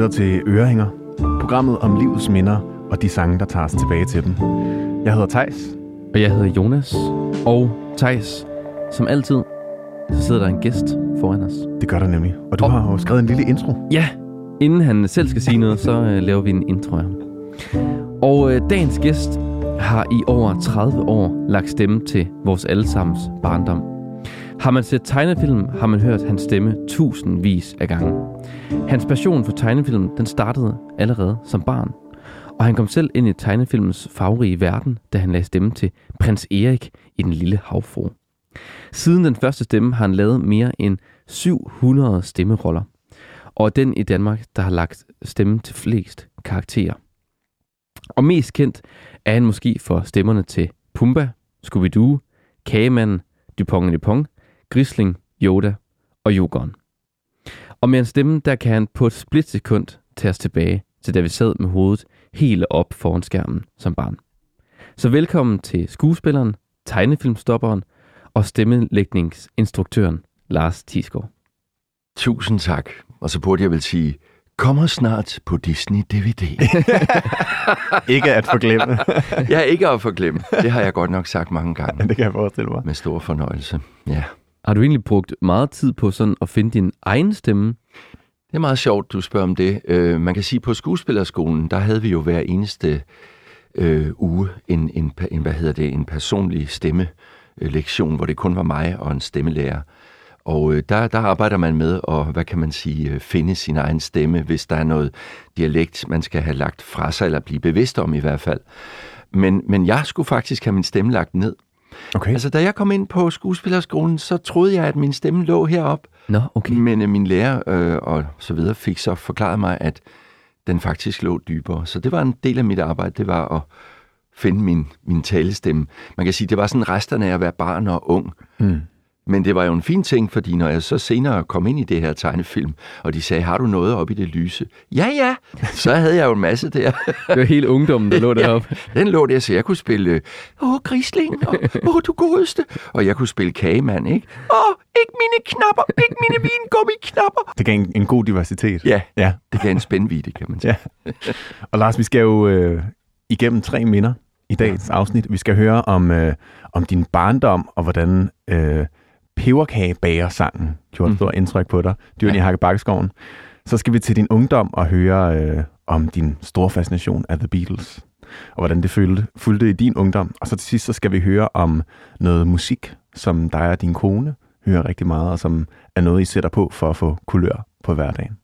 lytter til Ørehænger, programmet om livets minder og de sange, der tager os tilbage til dem. Jeg hedder Theis. Og jeg hedder Jonas. Og Theis, som altid, så sidder der en gæst foran os. Det gør der nemlig. Og du har jo skrevet en lille intro. Ja, inden han selv skal sige noget, så laver vi en intro af ham. Og dagens gæst har i over 30 år lagt stemme til vores allesammens barndom. Har man set tegnefilm, har man hørt hans stemme tusindvis af gange. Hans passion for tegnefilm, den startede allerede som barn. Og han kom selv ind i tegnefilmens farverige verden, da han lagde stemme til prins Erik i Den Lille Havfrue. Siden den første stemme har han lavet mere end 700 stemmeroller. Og er den i Danmark, der har lagt stemme til flest karakterer. Og mest kendt er han måske for stemmerne til Pumba, Scooby-Doo, Kagemanden, Dupont og Dupont, Grisling, Yoda og Jokeren. Og med en stemme, der kan han på et splitsekund tage os tilbage til da vi sad med hovedet helt op foran skærmen som barn. Så velkommen til skuespilleren, tegnefilmstopperen og stemmelægningsinstruktøren Lars Thiesgaard. Tusind tak. Og så burde jeg vel sige, kommer snart på Disney DVD. Ikke at forglemme. Ja, ikke at forglemme. Det har jeg godt nok sagt mange gange. Det kan jeg forestille mig. Med stor fornøjelse, ja. Har du egentlig brugt meget tid på sådan at finde din egen stemme? Det er meget sjovt, du spørger om det. Man kan sige, på skuespillerskolen, der havde vi jo hver eneste uge en personlig stemmelektion, hvor det kun var mig og en stemmelærer. Og der arbejder man med at, finde sin egen stemme, hvis der er noget dialekt, man skal have lagt fra sig, eller blive bevidst om i hvert fald. Men jeg skulle faktisk have min stemme lagt ned. Okay. Altså, da jeg kom ind på skuespillerskolen, så troede jeg, at min stemme lå heroppe. Nå, okay. Men min lærer og så videre fik så forklaret mig, at den faktisk lå dybere. Så det var en del af mit arbejde, det var at finde min talestemme. Man kan sige, det var sådan resterne af at være barn og ung. Mm. Men det var jo en fin ting, fordi når jeg så senere kom ind i det her tegnefilm, og de sagde, har du noget oppe i det lyse? Ja, så havde jeg jo en masse der. Det var hele ungdommen, der lå deroppe. Ja, den lå der, så jeg kunne spille, Grisling, og du godeste. Og jeg kunne spille Kagemand, ikke? Ikke mine knapper, ikke mine vingummiknapper. Det gav en god diversitet. Ja, det gav en spændvidde, kan man sige. Ja. Og Lars, vi skal jo igennem 3 minder i dagens afsnit. Vi skal høre om din barndom, og hvordan peberkagebagersangen gjorde et stort indtryk på dig. Dyrene i Hakkebakkeskoven. Så skal vi til din ungdom og høre om din store fascination af The Beatles, og hvordan det fulgte i din ungdom. Og så til sidst så skal vi høre om noget musik, som dig og din kone hører rigtig meget, og som er noget, I sætter på for at få kulør på hverdagen.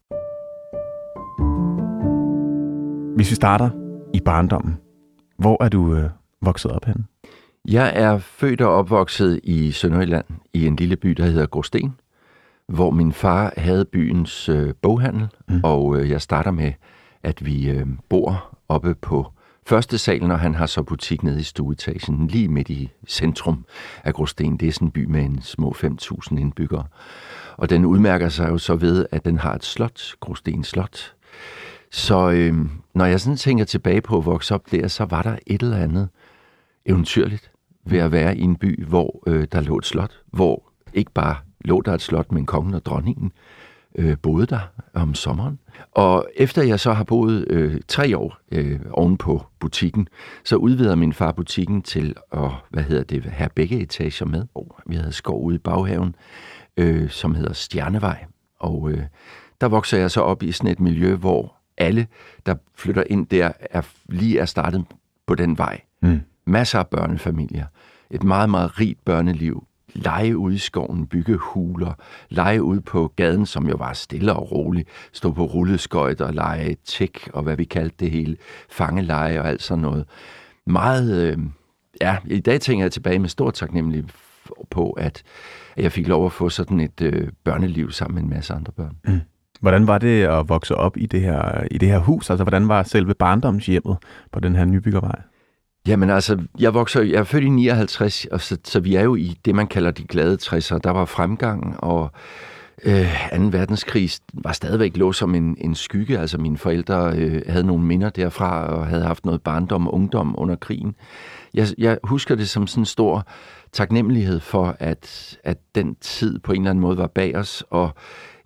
Hvis vi starter i barndommen, hvor er du vokset op henne? Jeg er født og opvokset i Sønderjylland, i en lille by, der hedder Gråsten, hvor min far havde byens boghandel, og jeg starter med, at vi bor oppe på første salen, og han har så butik nede i stueetagen, lige midt i centrum af Gråsten. Det er sådan en by med en små 5.000 indbyggere, og den udmærker sig jo så ved, at den har et slot, Gråsten Slot. Så når jeg sådan tænker tilbage på at vokse op der, så var der et eller andet eventyrligt ved at være i en by, hvor der lå et slot, hvor ikke bare lå der et slot, men kongen og dronningen boede der om sommeren. Og efter jeg så har boet 3 år oven på butikken, så udvider min far butikken til at, have begge etager med. Vi havde skov ude i baghaven, som hedder Stjernevej. Og der vokser jeg så op i sådan et miljø, hvor alle, der flytter ind der, er startet på den vej. Masser af børnefamilier. Et meget, meget rigt børneliv. Lege ude i skoven, bygge huler. Lege ude på gaden, som jo var stille og rolig. Stå på rulleskøjter og lege tæk, og hvad vi kaldte det hele. Fangeleje og alt sådan noget. Meget, i dag tænker jeg tilbage med stor taknemmelighed på, at jeg fik lov at få sådan et børneliv sammen med en masse andre børn. Hvordan var det at vokse op i det her hus? Altså, hvordan var selve barndomshjemmet på den her Nybyggervej? Jamen altså, jeg er født i 59, og så vi er jo i det, man kalder de glade 60'er. Der var fremgang, og 2. verdenskrig var stadigvæk lå som en skygge. Altså mine forældre havde nogle minder derfra, og havde haft noget barndom og ungdom under krigen. Jeg husker det som sådan en stor taknemmelighed for, at den tid på en eller anden måde var bag os, og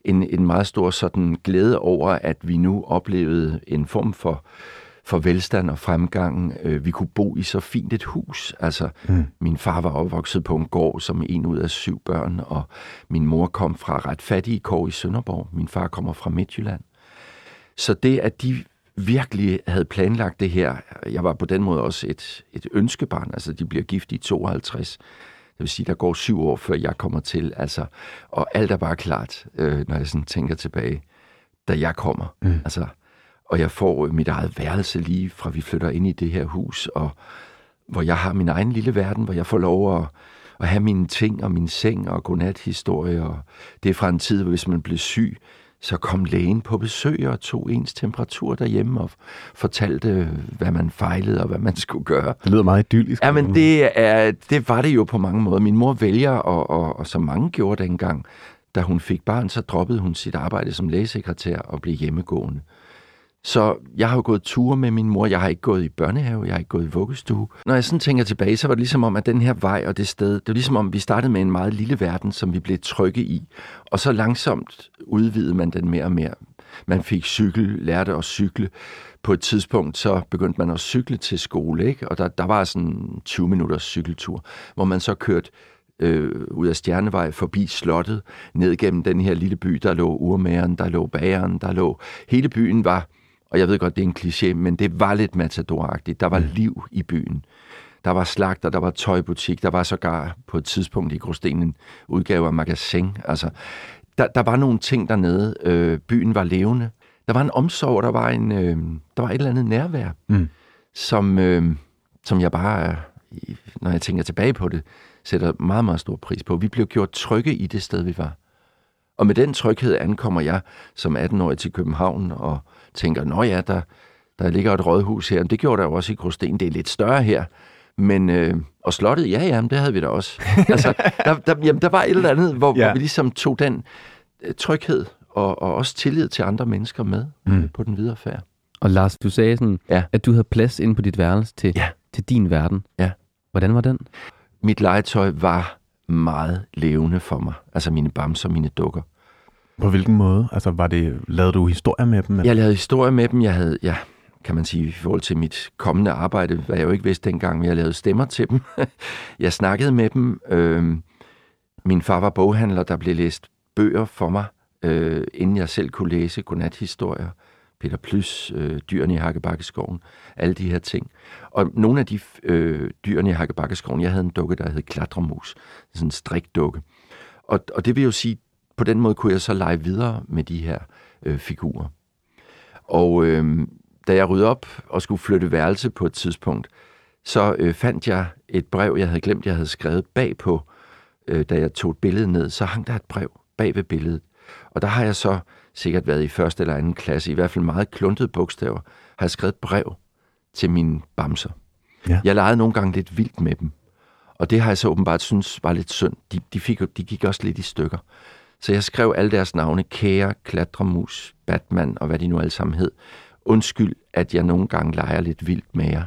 en meget stor sådan glæde over, at vi nu oplevede en form for velstand og fremgang. Vi kunne bo i så fint et hus. Altså, min far var opvokset på en gård som 1 ud af 7 børn, og min mor kom fra ret fattige kår i Sønderborg. Min far kommer fra Midtjylland. Så det, at de virkelig havde planlagt det her, jeg var på den måde også et ønskebarn. Altså, de bliver gift i 52. Det vil sige, der går 7 år, før jeg kommer til. Altså, og alt er bare klart, når jeg sådan tænker tilbage, da jeg kommer. Altså, og jeg får mit eget værelse lige fra vi flytter ind i det her hus, og hvor jeg har min egen lille verden, hvor jeg får lov at have mine ting og min seng og godnathistorie. Og det er fra en tid, hvor hvis man blev syg, så kom lægen på besøg og tog ens temperatur derhjemme og fortalte, hvad man fejlede og hvad man skulle gøre. Det lyder meget idyllisk. Ja, men det var det jo på mange måder. Min mor vælger, og som mange gjorde dengang, da hun fik barn, så droppede hun sit arbejde som lægesekretær og blev hjemmegående. Så jeg har jo gået ture med min mor. Jeg har ikke gået i børnehave, jeg har ikke gået i vuggestue. Når jeg sådan tænker tilbage, så var det ligesom om, at den her vej og det sted, det var ligesom om, vi startede med en meget lille verden, som vi blev trygge i. Og så langsomt udvidede man den mere og mere. Man fik lærte at cykle. På et tidspunkt, så begyndte man at cykle til skole, ikke? Og der var sådan 20 minutters cykeltur, hvor man så kørte ud af Stjernevej forbi slottet, ned gennem den her lille by. Der lå urmageren, der lå bageren, der lå... Hele byen var... Og jeg ved godt, det er en kliché, men det var lidt matadoragtigt. Der var liv i byen. Der var slagter, der var tøjbutik, der var sågar på et tidspunkt i Gråsten en udgave af Magasin. Altså, der var nogle ting dernede. Byen var levende. Der var en omsorg, der var et eller andet nærvær, som jeg bare, når jeg tænker tilbage på det, sætter meget, meget stor pris på. Vi blev gjort trygge i det sted, vi var. Og med den tryghed ankommer jeg som 18-årig til København og tænker, nå ja, der ligger et rådhus her. Det gjorde der jo også i Gråsten. Det er lidt større her. Men, og slottet, ja, det havde vi da også. Altså, der var et eller andet, hvor vi ligesom tog den tryghed og også tillid til andre mennesker med på den videre færd. Og Lars, du sagde sådan, at du havde plads inde på dit værelse til din verden. Ja. Hvordan var den? Mit legetøj var meget levende for mig. Altså mine bamser, mine dukker. På hvilken måde? Altså, lavede du historier med dem? Eller? Jeg lavede historier med dem. Jeg havde, kan man sige, i forhold til mit kommende arbejde, hvad jeg jo ikke vidste dengang, men jeg lavede stemmer til dem. Jeg snakkede med dem. Min far var boghandler, der blev læst bøger for mig, inden jeg selv kunne læse godnathistorier. Peter Plys, Dyrene i Hakkebakkeskoven, alle de her ting. Og nogle af de Dyrene i Hakkebakkeskoven, jeg havde en dukke, der hed Klatremus, sådan en strikdukke. Og det vil jo sige, på den måde kunne jeg så lege videre med de her figurer. Og da jeg ryddede op og skulle flytte værelse på et tidspunkt, så fandt jeg et brev, jeg havde glemt, jeg havde skrevet bagpå. Da jeg tog et billede ned, så hang der et brev bag ved billedet. Og der har jeg så sikkert været i første eller anden klasse, i hvert fald meget kluntede bogstaver, har jeg skrevet et brev til mine bamser. Ja. Jeg legede nogle gange lidt vildt med dem. Og det har jeg så åbenbart synes var lidt synd. De gik også lidt i stykker. Så jeg skrev alle deres navne, Kære, Klatremus, Batman og hvad de nu alle sammen hed. Undskyld, at jeg nogle gange leger lidt vildt med jer.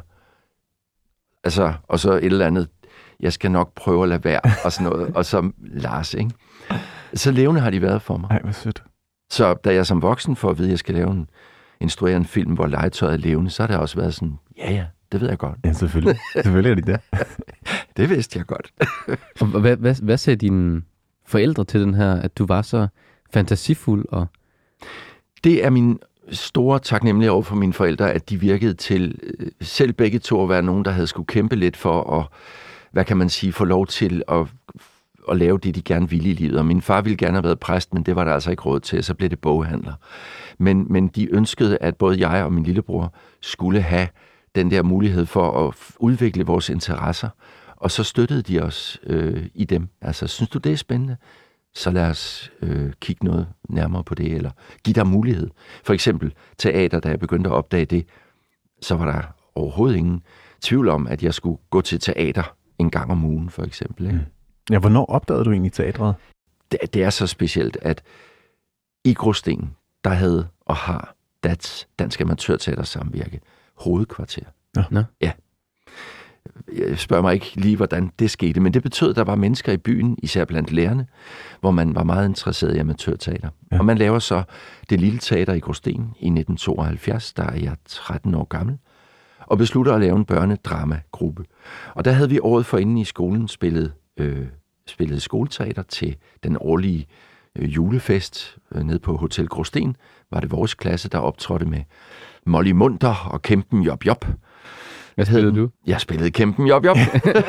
Altså, og så et eller andet, jeg skal nok prøve at lade være, og sådan noget. Og så Lars, ikke? Så levende har de været for mig. Ej, hvor sødt. Så da jeg som voksen får at vide, at jeg skal instruere en film, hvor legetøjet er levende, så har det også været sådan, ja, det ved jeg godt. Ja, selvfølgelig. Selvfølgelig er det det. Det vidste jeg godt. Og hvad sagde dine forældre til den her, at du var så fantasifuld? Og Det er min store taknemmelighed over for mine forældre, at de virkede til selv begge to at være nogen, der havde skulle kæmpe lidt for at, hvad kan man sige, få lov til at lave det, de gerne ville i livet. Og min far ville gerne have været præst, men det var der altså ikke råd til, så blev det boghandler. Men de ønskede, at både jeg og min lillebror skulle have den der mulighed for at udvikle vores interesser, og så støttede de os i dem. Altså, synes du, det er spændende? Så lad os kigge noget nærmere på det, eller give dig mulighed. For eksempel teater, da jeg begyndte at opdage det, så var der overhovedet ingen tvivl om, at jeg skulle gå til teater en gang om ugen, for eksempel. Ikke? Ja, hvornår opdagede du egentlig teatret? Det er så specielt, at i Gråsten, der havde og har Dansk Amatørteater Samvirke hovedkvarter. Ja. Ja. Jeg spørger mig ikke lige, hvordan det skete, men det betød, at der var mennesker i byen, især blandt lærerne, hvor man var meget interesseret i amatørteater. Ja. Og man laver så det lille teater i Gråsten i 1972, der er jeg 13 år gammel, og beslutter at lave en børnedramagruppe. Og der havde vi året forinden i skolen spillet skoleteater til den årlige julefest nede på Hotel Gråsten. Var det vores klasse, der optrådte med Molly Munter og Kæmpen Job Job. Hvad spillede du? Jeg spillede Kæmpen Job Job.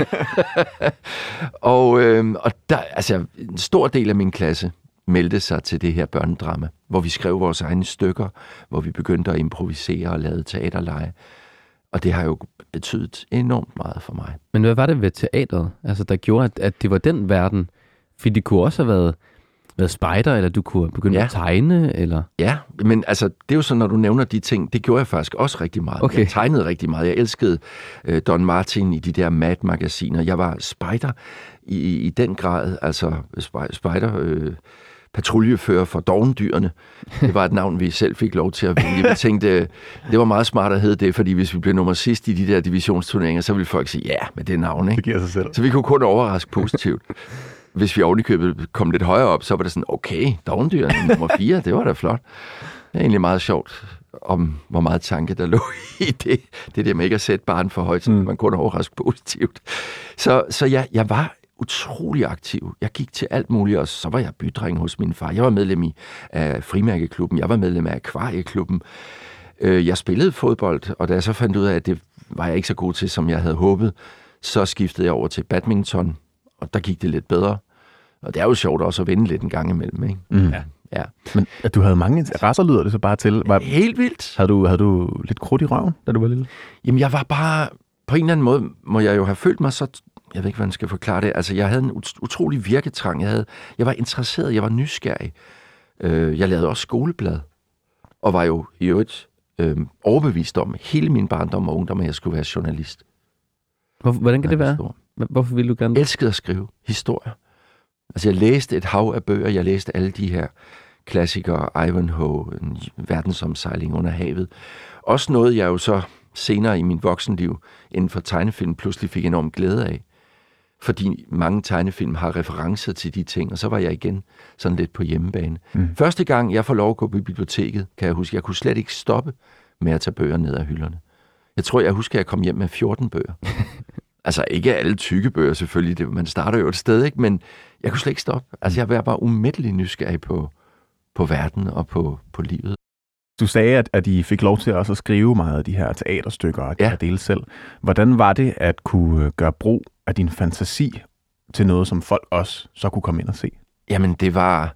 og der, altså, en stor del af min klasse meldte sig til det her børnedrama, hvor vi skrev vores egne stykker, hvor vi begyndte at improvisere og lave teaterleje. Og det har jo betydet enormt meget for mig. Men hvad var det ved teateret, altså, der gjorde, at det var den verden? For det kunne også have været spejder, eller du kunne begynde at tegne, eller? Ja, men altså, det er jo så, når du nævner de ting, det gjorde jeg faktisk også rigtig meget. Okay. Jeg tegnede rigtig meget. Jeg elskede Don Martin i de der Mad-magasiner. Jeg var spejder i den grad, altså spejder... patruljefører for Dovendyrene. Det var et navn, vi selv fik lov til at vælge. Jeg tænkte, det var meget smart at hedde det, fordi hvis vi blev nummer sidst i de der divisionsturneringer, så ville folk sige, ja, med det navn, ikke? Det giver sig selv. Så vi kunne kun overraske positivt. Hvis vi ovenikøbet kom lidt højere op, så var det sådan, okay, Dovendyrene nummer 4, det var da flot. Det er egentlig meget sjovt, om hvor meget tanke der lå i det. Det der med ikke at sætte barn for højt, så man kunne overraske positivt. Så jeg var utrolig aktiv. Jeg gik til alt muligt, og så var jeg bydreng hos min far. Jeg var medlem af frimærkeklubben, jeg var medlem af akvarieklubben. Jeg spillede fodbold, og da jeg så fandt ud af, at det var jeg ikke så god til, som jeg havde håbet, så skiftede jeg over til badminton, og der gik det lidt bedre. Og det er jo sjovt også at vinde lidt en gang imellem, ikke? Mm. Ja. Men at du havde mange interesser, lyder det så bare til. Helt vildt. Havde du lidt krudt i røven, da du var lille? Jamen, jeg var bare... På en eller anden måde må jeg jo have følt mig så... Jeg ved ikke, hvordan jeg skal forklare det. Altså, jeg havde en utrolig virketrang. Jeg var interesseret, jeg var nysgerrig. Jeg lavede også skoleblad, og var jo i øvrigt overbevist om hele min barndom og ungdom, at jeg skulle være journalist. Hvordan kan det være? Hvorfor ville du gerne? Jeg elskede at skrive historier. Altså, jeg læste et hav af bøger. Jeg læste alle de her klassikere, Ivanhoe, en verdensomsejling under havet. Også noget, jeg jo så senere i min voksenliv inden for tegnefilm pludselig fik enorm glæde af. Fordi mange tegnefilm har referencer til de ting, og så var jeg igen sådan lidt på hjemmebane. Første gang, jeg får lov at gå på biblioteket, kan jeg huske, jeg kunne slet ikke stoppe med at tage bøger ned af hylderne. Jeg husker, at jeg kom hjem med 14 bøger. Altså ikke alle tykke bøger selvfølgelig, man starter jo et sted, ikke? Men jeg kunne slet ikke stoppe. Altså jeg var bare umættelig nysgerrig på verden og på livet. Du sagde, at I fik lov til også at skrive meget af de her teaterstykker og de her dele selv. Hvordan var det at kunne gøre brug af din fantasi til noget, som folk også så kunne komme ind og se? Jamen, det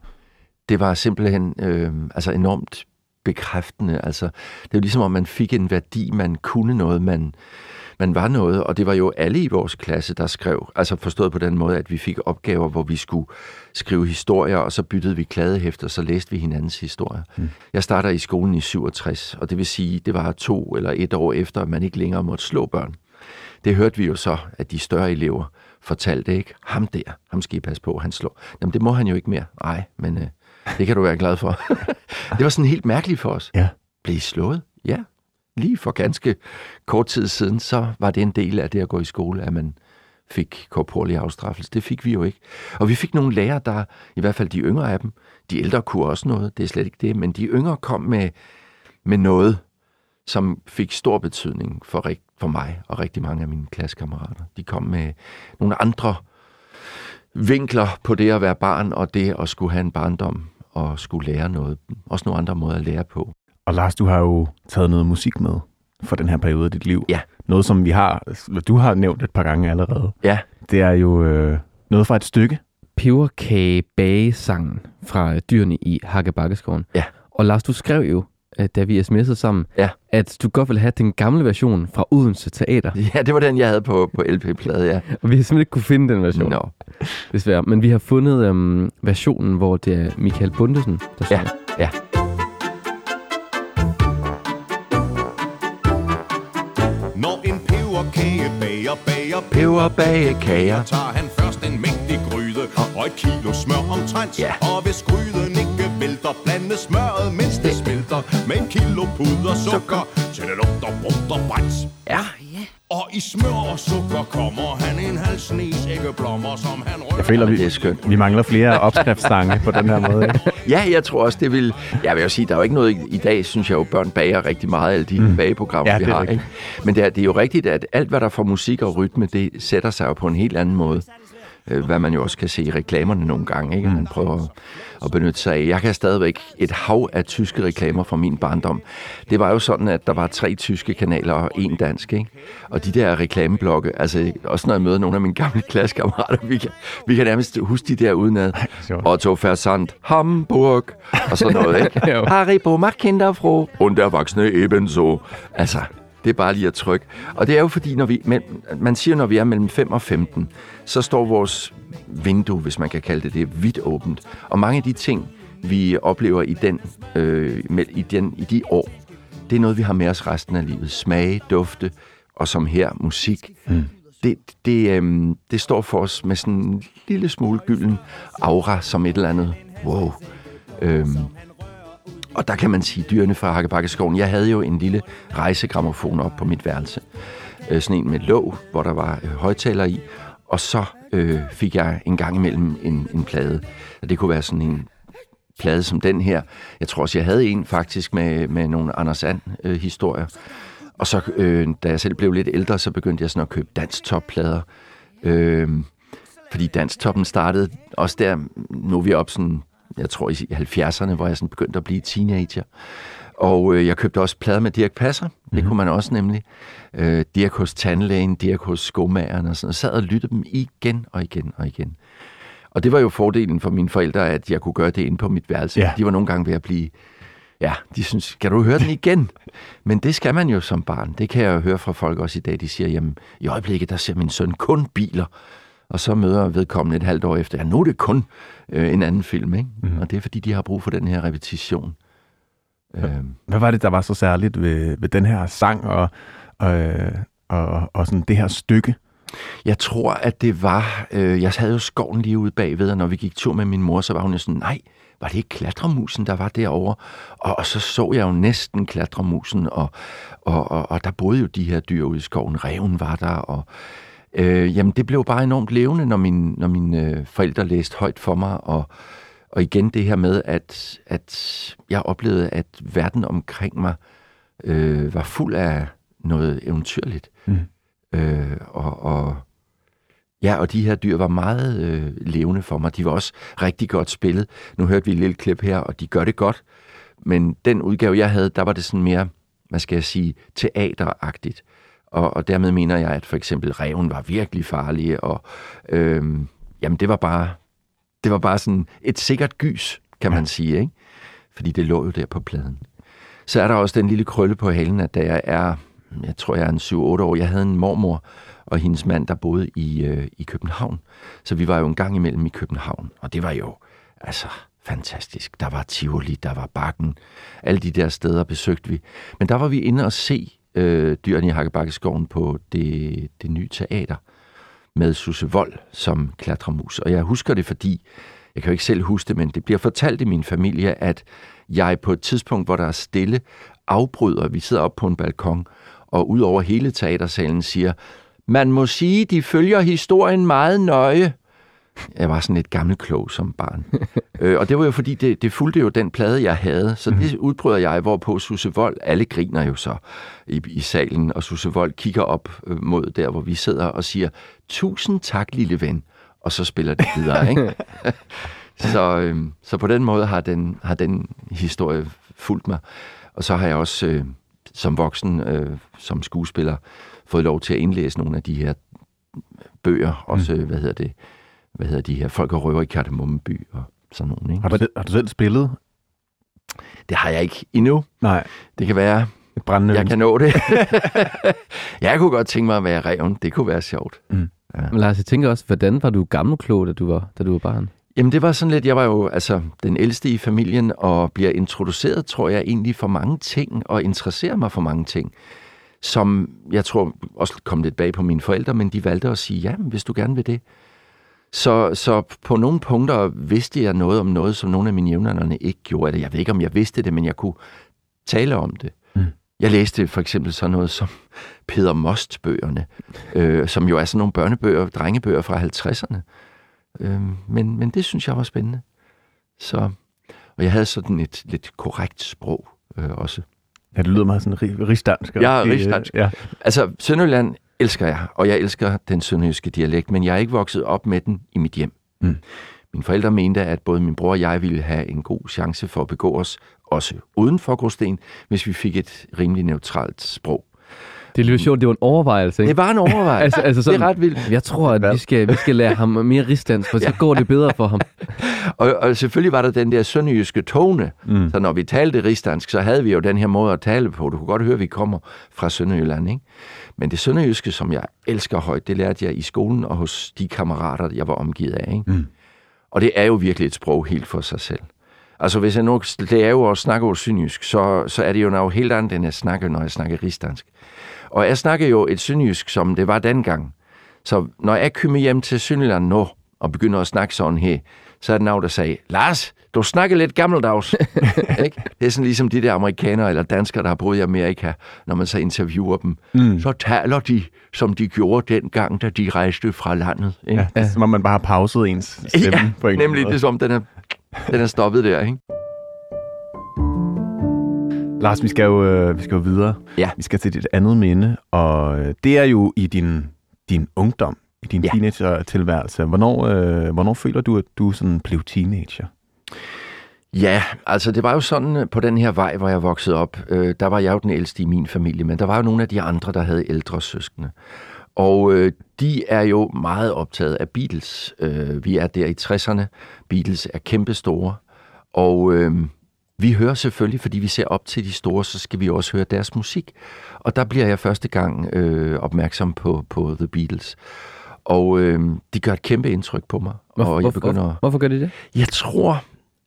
var simpelthen enormt bekræftende. Altså, det er jo ligesom, om man fik en værdi, man kunne noget, man var noget, og det var jo alle i vores klasse, der skrev, altså forstået på den måde, at vi fik opgaver, hvor vi skulle skrive historier, og så byttede vi kladehæfter, så læste vi hinandens historier. Jeg starter i skolen i 67, og det vil sige, det var 2 eller 1 år efter, at man ikke længere måtte slå børn. Det hørte vi jo så, at de større elever fortalte, ikke? Ham skal I passe på, han slår. Jamen, det må han jo ikke mere. Nej, men det kan du være glad for. Det var sådan helt mærkeligt for os. Ja. Blev I slået? Ja. Lige for ganske kort tid siden, så var det en del af det at gå i skole, at man fik korporlig afstraffelse. Det fik vi jo ikke. Og vi fik nogle lærere, der, i hvert fald de yngre af dem, de ældre kunne også noget, det er slet ikke det, men de yngre kom med noget, som fik stor betydning for mig og rigtig mange af mine klassekammerater. De kom med nogle andre vinkler på det at være barn, og det at skulle have en barndom og skulle lære noget. Også nogle andre måder at lære på. Og Lars, du har jo taget noget musik med for den her periode af dit liv. Ja. Noget, som du har nævnt et par gange allerede. Ja. Det er jo noget fra et stykke. Peberkagebagesangen fra Dyrene i Hakkebakkeskoven. Ja. Og Lars, du skrev jo, da vi sms'ede sammen, ja, at du godt ville have den gamle version fra Odense Teater. Ja, det var den, jeg havde på LP-plade, ja. Og vi har simpelthen ikke kunne finde den version. No. Desværre. Men vi har fundet versionen, hvor det er Michael Bundesen, der synger. Ja. Når en peberkagebager bager peberbagekager, tager han først en mængdig gryde og 1 kilo smør omtrent. Ja. Og hvis gryden ikke vælter, blande smøret, mens det smelter med 1 kilo puder sukker, til det lugter brugt og brændt. Ja. Og i smør og sukker kommer han en halv snes æggeblommer, som han rører. Jeg føler, det er skønt. vi mangler flere opskriftssange på den her måde. Ikke? Ja, jeg tror også, det vil... Jeg vil jo sige, der er jo ikke noget i dag, synes jeg jo, børn bager rigtig meget, alle de bageprogrammer, vi har. Ikke? Men det er jo rigtigt, at alt, hvad der får musik og rytme, det sætter sig jo på en helt anden måde. Hvad man jo også kan se i reklamerne nogle gange, ikke? Man prøver at benytte sig af. Jeg kan stadigvæk et hav af tyske reklamer fra min barndom. Det var jo sådan, at der var 3 tyske kanaler og 1 dansk, ikke? Og de der reklameblokke, altså også når jeg møder nogle af mine gamle klassekammerater, vi kan nærmest huske de der udenad. Otto Versand, Hamburg, og sådan noget, ikke? Haribo macht Kinder froh, und Erwachsene ebenso. Altså, det er bare lige at trykke. Og det er jo fordi, man siger, når vi er mellem 5 og 15, så står vores vindue, hvis man kan kalde det, vidt åbent. Og mange af de ting, vi oplever i de år, det er noget, vi har med os resten af livet. Smage, dufte, og som her, musik. Det står for os med sådan en lille smule gylden aura, som et eller andet. Wow. Og der kan man sige, dyrene fra Hakkebakkeskoven. Jeg havde jo en lille rejsegrammofon op på mit værelse. Sådan en med låg, hvor der var højttaler i. Og så fik jeg en gang imellem en plade. Og det kunne være sådan en plade som den her. Jeg tror også, jeg havde en faktisk med nogle Anders And-historier. Og så, da jeg selv blev lidt ældre, så begyndte jeg sådan at købe dansk-top-plader. Fordi dansk-toppen startede også der. Nu er vi op sådan... Jeg tror i 70'erne, hvor jeg sådan begyndte at blive teenager. Og jeg købte også plader med Dirch Passer. Det kunne man også nemlig. Dirch hos tandlægen, Dirch hos skomageren og sådan. Og sad og lyttede dem igen og igen og igen. Og det var jo fordelen for mine forældre, at jeg kunne gøre det inde på mit værelse. Ja. De var nogle gange ved at blive... Ja, de synes, skal du høre den igen? Men det skal man jo som barn. Det kan jeg jo høre fra folk også i dag. De siger, jamen i øjeblikket, der ser min søn kun biler. Og så møder vedkommende et halvt år efter, ja, nu er det kun en anden film, ikke? Og det er, fordi de har brug for den her repetition. Hvad var det, der var så særligt ved den her sang og sådan det her stykke? Jeg tror, at det var... jeg havde jo skoven lige ude bagved, og når vi gik tur med min mor, så var hun jo sådan, nej, var det ikke klatremusen, der var derovre? Og så jeg jo næsten klatremusen, og der boede jo de her dyr ude i skoven. Ræven var der, og... jamen, det blev bare enormt levende, når mine forældre læste højt for mig, og igen det her med, at jeg oplevede, at verden omkring mig var fuld af noget eventyrligt. Og de her dyr var meget levende for mig. De var også rigtig godt spillet. Nu hørte vi et lille klip her, og de gør det godt. Men den udgave, jeg havde, der var det sådan mere, hvad skal jeg sige, teateragtigt. Og dermed mener jeg, at for eksempel ræven var virkelig farlig, og jamen det var bare sådan et sikkert gys, kan man sige, ikke? Fordi det lå jo der på pladen. Så er der også den lille krølle på halen, at da jeg tror jeg er en 7-8 år, jeg havde en mormor og hendes mand, der boede i København. Så vi var jo en gang imellem i København, og det var jo altså fantastisk. Der var Tivoli, der var Bakken, alle de der steder besøgte vi. Men der var vi inde og se Dyrene i Hakkebakkeskoven på det nye teater med Susse Wold som klatremus. Og jeg husker det, fordi jeg kan jo ikke selv huske det, men det bliver fortalt i min familie, at jeg på et tidspunkt, hvor der er stille, afbryder, vi sidder oppe på en balkon, og ud over hele teatersalen siger, man må sige, de følger historien meget nøje. Jeg var sådan lidt gammelklog som barn. Og det var jo fordi, det fulgte jo den plade, jeg havde. Så det udbryder jeg, hvorpå Susse Wold, alle griner jo så i salen, og Susse Wold kigger op mod der, hvor vi sidder og siger, 1000 tak, lille ven. Og så spiller det videre, ikke? Så på den måde har den historie fulgt mig. Og så har jeg også som voksen, som skuespiller, fået lov til at indlæse nogle af de her bøger. Også, hvad hedder de her Folk og røver i Kardemommeby og sådan nogle, ikke? Har du selv spillet? Det har jeg ikke endnu. Nej. Det kan være, jeg kan nå det. Jeg kunne godt tænke mig at være ræven. Det kunne være sjovt. Ja. Men Lars, jeg tænker også, hvordan var du gammelklog, da du var barn? Jamen det var sådan lidt, jeg var jo altså den ældste i familien, og bliver introduceret, tror jeg, egentlig for mange ting, og interesserer mig for mange ting, som jeg tror også kom lidt bag på mine forældre, men de valgte at sige, ja, hvis du gerne vil det. Så på nogle punkter vidste jeg noget om noget, som nogle af mine jævnaldrende ikke gjorde. Jeg ved ikke, om jeg vidste det, men jeg kunne tale om det. Jeg læste for eksempel sådan noget som Peter Most-bøgerne, som jo er sådan nogle børnebøger, drengebøger fra 50'erne. Men det synes jeg var spændende. Og jeg havde sådan et lidt korrekt sprog også. Ja, det lyder meget sådan rigsdansk. Ja, rigsdansk. Ja. Altså, Sønderjylland elsker jeg, og jeg elsker den sønderjyske dialekt, men jeg er ikke vokset op med den i mit hjem. Mm. Mine forældre mente, at både min bror og jeg ville have en god chance for at begå os, også uden for Gråsten, hvis vi fik et rimelig neutralt sprog. Det er lidt sjovt, det var en overvejelse, ikke? Det var en overvejelse. altså sådan, det er ret vildt. Jeg tror, at vi skal lære ham mere rigsdansk, for så går det bedre for ham. Og selvfølgelig var der den der sønderjyske tone. Så når vi talte rigsdansk, så havde vi jo den her måde at tale på. Du kunne godt høre, at vi kommer fra Sønderjylland, ikke? Men det sønderjyske, som jeg elsker højt, det lærte jeg i skolen og hos de kammerater, jeg var omgivet af, ikke? Mm. Og det er jo virkelig et sprog helt for sig selv. Altså, hvis jeg nu lærer og snakker over sønderjysk, så er det jo noget helt andet, end jeg snakker, når jeg snakker rigsdansk. Og jeg snakker jo et sønderjysk, som det var dengang. Så når jeg kommer hjem til Sønderjylland nu, og begynder at snakke sådan her, så er der nogen, der siger, Lars, du snakker lidt gammeldags. Ikke? Det er sådan ligesom de der amerikanere eller danskere, der har boet i Amerika, når man så interviewer dem. Så taler de, som de gjorde dengang, da de rejste fra landet. Ikke? Ja, det er som om man bare har pauset ens stemme på en nemlig måde. Det er som den er stoppet der, ikke? Lars, vi skal jo videre. Ja. Vi skal til et andet minde, og det er jo i din ungdom, i din teenager-tilværelse. Hvornår føler du, at du sådan blev teenager? Ja, altså det var jo sådan på den her vej, hvor jeg voksede op. Der var jeg jo den ældste i min familie, men der var jo nogle af de andre, der havde ældre søskende. Og de er jo meget optaget af Beatles. Vi er der i 60'erne. Beatles er kæmpestore. Og vi hører selvfølgelig, fordi vi ser op til de store, så skal vi også høre deres musik. Og der bliver jeg første gang opmærksom på The Beatles. Og de gør et kæmpe indtryk på mig. Hvorfor gør de det? Jeg tror,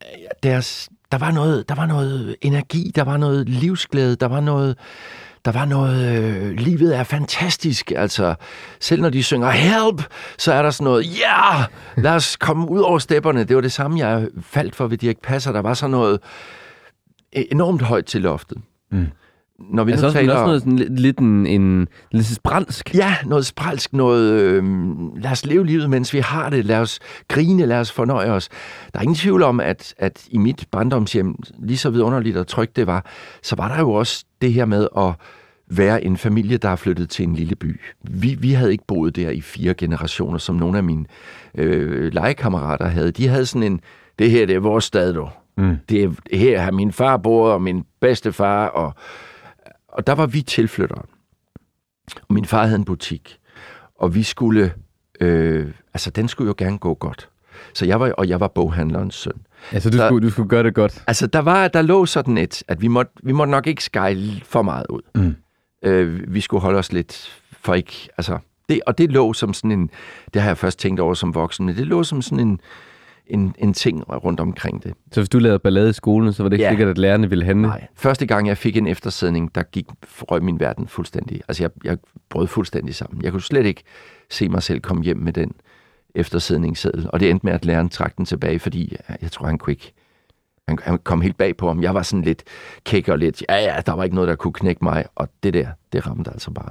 der var noget energi, der var noget livsglæde, der var noget, livet er fantastisk, altså selv når de synger help, så er der sådan noget, lad os komme ud over stepperne. Det var det samme, jeg faldt for ved Dirch Passer. Der var sådan noget enormt højt til loftet. Når vi altså nu taler... også noget lidt spralsk. Ja, noget spralsk, noget... lad os leve livet, mens vi har det. Lad os grine, lad os fornøje os. Der er ingen tvivl om, at i mit barndomshjem, lige så vidunderligt og trygt det var, så var der jo også det her med at være en familie, der er flyttet til en lille by. Vi havde ikke boet der i 4 generationer, som nogle af mine legekammerater havde. De havde sådan en... Det her, det er vores stad, du. Det er her, har min far boet, og min bedstefar, og der var vi tilflyttere. Og min far havde en butik, og vi skulle, den skulle jo gerne gå godt. Så jeg var boghandlerens søn. Altså du skulle gøre det godt? Altså der lå sådan et, at vi måtte nok ikke skyle for meget ud. Vi skulle holde os lidt for ikke, altså, det lå som sådan en, det har jeg først tænkt over som voksen, men det lå som sådan en ting rundt omkring det. Så hvis du lavede ballade i skolen, så var det ikke sikkert, at lærerne ville handle? Nej. Første gang, jeg fik en eftersidning, der røg min verden fuldstændig. Altså, jeg brød fuldstændig sammen. Jeg kunne slet ikke se mig selv komme hjem med den eftersidningsseddel. Og det endte med, at læreren trak den tilbage, fordi jeg tror, han kunne ikke... Han kom helt bag på ham. Jeg var sådan lidt kæk og lidt... Ja, der var ikke noget, der kunne knække mig. Og det ramte altså bare.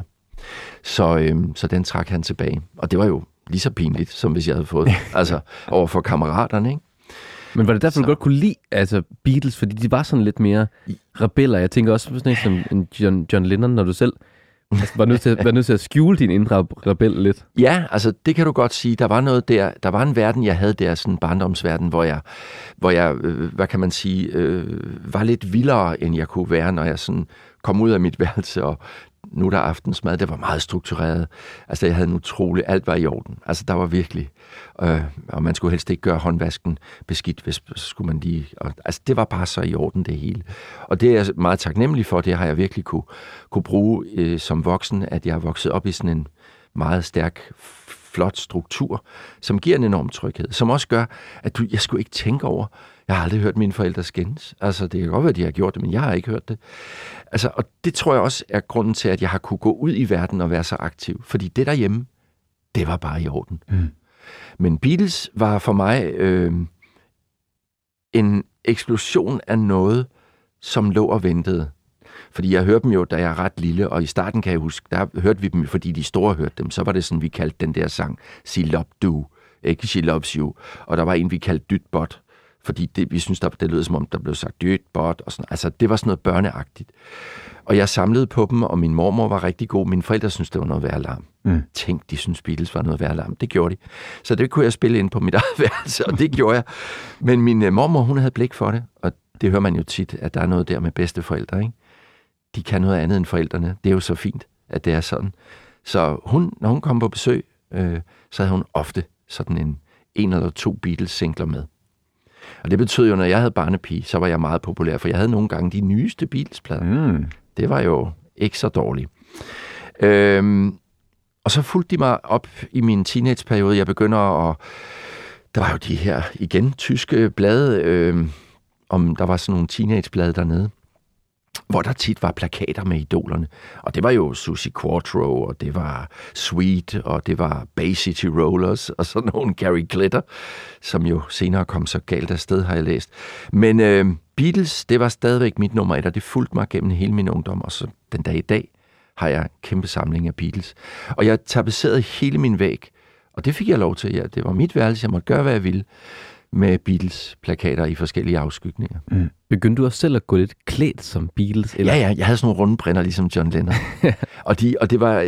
Så den trak han tilbage. Og det var jo lige så pinligt, som hvis jeg havde fået, altså over for kammeraterne, ikke? Men var det derfor, du godt kunne lide Beatles, fordi de var sådan lidt mere rebeller? Jeg tænker også på sådan en som John Lennon, når du selv var nødt til at skjule din indre rebel lidt. Ja, altså det kan du godt sige. Der var noget der. Der var en verden, jeg havde der, sådan en barndomsverden, hvor jeg hvad kan man sige, var lidt vildere, end jeg kunne være, når jeg sådan kom ud af mit værelse, og nu der aftensmad, det var meget struktureret. Altså, jeg havde en utrolig, alt var i orden. Altså, der var virkelig, og man skulle helst ikke gøre håndvasken beskidt, hvis skulle man lige, altså, det var bare så i orden, det hele. Og det er jeg meget taknemmelig for, det har jeg virkelig kunne bruge som voksen, at jeg er vokset op i sådan en meget stærk, flot struktur, som giver en enorm tryghed, som også gør, at jeg skulle ikke tænke over, jeg har aldrig hørt mine forældre skændes. Altså, det kan godt være, at de har gjort det, men jeg har ikke hørt det. Altså, og det tror jeg også er grunden til, at jeg har kunne gå ud i verden og være så aktiv. Fordi det derhjemme, det var bare i orden. Men Beatles var for mig en eksplosion af noget, som lå og ventede. Fordi jeg hørte dem jo, da jeg er ret lille, og i starten kan jeg huske, der hørte vi dem, fordi de store hørte dem. Så var det sådan, vi kaldte den der sang She Loved Du, ikke She Loves You. Og der var en, vi kaldte Dytbot, fordi vi synes, det lød som om, der blev sagt Dytbot og sådan. Altså, det var sådan noget børneagtigt. Og jeg samlede på dem, og min mormor var rigtig god. Mine forældre syntes, det var noget værre larm. Tænk, de syntes, Beatles var noget værre larm. Det gjorde de. Så det kunne jeg spille ind på mit eget værelse, og det gjorde jeg. Men min mormor, hun havde blik for det, og det hører man jo tit, at der er noget der med bedsteforældre, ikke? De kan noget andet end forældrene. Det er jo så fint, at det er sådan. Så når hun kom på besøg, så havde hun ofte sådan en eller to Beatles-singler med. Og det betød jo, når jeg havde barnepige, så var jeg meget populær, for jeg havde nogle gange de nyeste Beatles-plader. Det var jo ikke så dårligt. Og så fulgte de mig op i min teenageperiode. Jeg begynder at... Der var jo de her, igen, tyske blade, om der var sådan nogle teenageblade dernede, hvor der tit var plakater med idolerne. Og det var jo Susie Quatro, og det var Sweet, og det var Bay City Rollers, og sådan nogle Gary Glitter, som jo senere kom så galt afsted, har jeg læst. Men Beatles, det var stadigvæk mit nummer 1, og det fulgte mig gennem hele min ungdom, og så den dag i dag har jeg en kæmpe samling af Beatles. Og jeg tapetserede hele min væg, og det fik jeg lov til. Ja, det var mit værelse, jeg måtte gøre, hvad jeg ville, med Beatles-plakater i forskellige afskygninger. Begyndte du også selv at gå lidt klædt som Beatles? Eller? Ja, jeg havde sådan nogle runde brænder, ligesom John Lennon. og det var,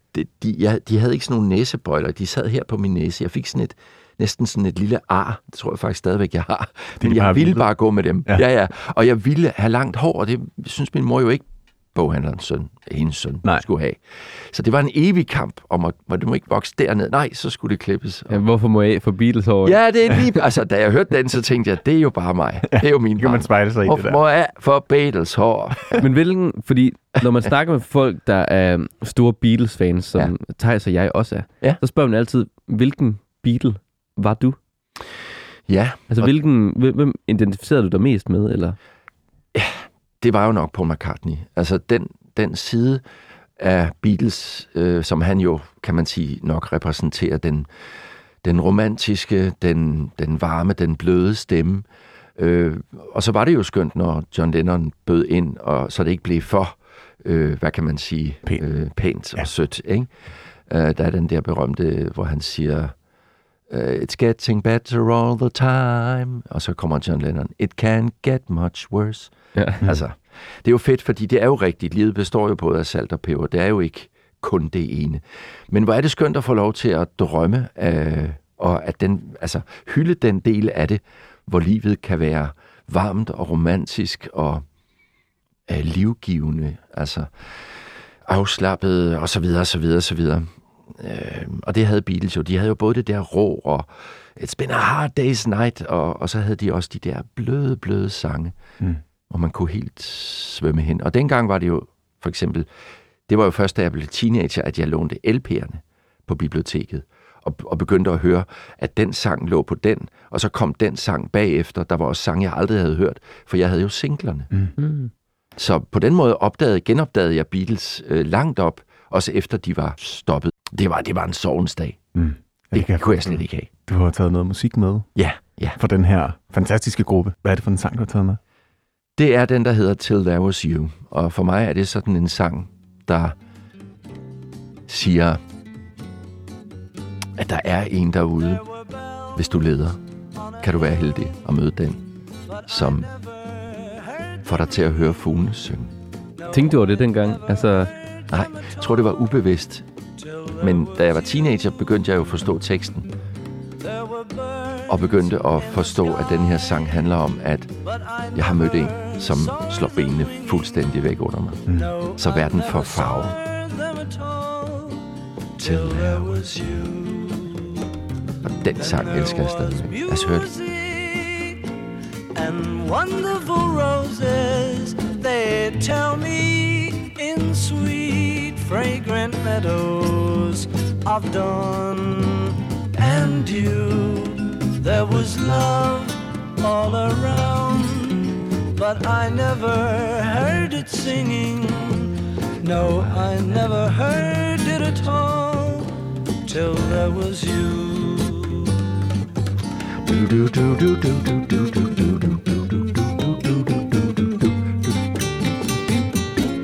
de havde ikke sådan nogle næsebøjler, de sad her på min næse. Jeg fik næsten sådan et lille ar, det tror jeg faktisk stadigvæk, jeg har. Men jeg ville bare gå med dem. Ja. Og jeg ville have langt hår, og det synes min mor jo ikke, boghandlerens søn, hendes søn, skulle have. Så det var en evig kamp om, at du må ikke vokse derned. Nej, så skulle det klippes. Ja, hvorfor må jeg få Beatles hår? Ja, det er lige... Altså, da jeg hørte den, så tænkte jeg, det er jo bare mig. Det er jo min kan man spejle sig i det der. Hvorfor må jeg få Beatles hår? Men fordi når man snakker med folk, der er store Beatles-fans, som Theis og jeg også er, så spørger man altid, hvilken Beatle var du? Ja. Altså, hvem identificerede du dig mest med, eller? Ja, det var jo nok Paul McCartney. Altså, den side af Beatles, som han jo, kan man sige, nok repræsenterer den romantiske, den varme, den bløde stemme. Og så var det jo skønt, når John Lennon bød ind, og så det ikke blev for, hvad kan man sige, pænt og sødt. Ikke? Der er den der berømte, hvor han siger, it's getting better all the time. Og så kommer John Lennon, it can't get much worse. Ja. Altså, det er jo fedt, fordi det er jo rigtigt. Livet består jo både af salt og peber. Det er jo ikke kun det ene. Men hvor er det skønt at få lov til at drømme, og at hylde den del af det, hvor livet kan være varmt og romantisk og livgivende, altså afslappet og så videre, så videre, så videre. Og det havde Beatles jo. De havde jo både det der rå og It's been a hard day's night, og så havde de også de der bløde sange, hvor man kunne helt svømme hen. Og dengang var det jo, for eksempel, det var jo først, da jeg blev teenager, at jeg lånte LP'erne på biblioteket, og begyndte at høre, at den sang lå på den, og så kom den sang bagefter. Der var også sange, jeg aldrig havde hørt, for jeg havde jo singlerne. Så på den måde genopdagede jeg Beatles langt op, også efter de var stoppet. Det var en sorgens dag. Det kunne jeg slet ikke have. Du har taget noget musik med? Ja. For den her fantastiske gruppe. Hvad er det for en sang, du har taget med? Det er den, der hedder Till There Was You. Og for mig er det sådan en sang, der siger, at der er en derude. Hvis du leder, kan du være heldig at møde den, som får dig til at høre fuglene synge. Tænkte du over det dengang? Altså... Nej, jeg tror, det var ubevidst. Men da jeg var teenager, begyndte jeg jo at forstå teksten. Og begyndte at forstå, at den her sang handler om, at jeg har mødt en, som slår benene fuldstændig væk under mig. Så verden får farve. Till there was you. Og den sang elsker jeg stadigvæk. Lad os høre det. And wonderful roses, they tell me in sweet, fragrant meadows of dawn and dew. There was love all around, but I never heard it singing. No, I never heard it at all till there was you. Do do do do do do do do do do do do do do do do.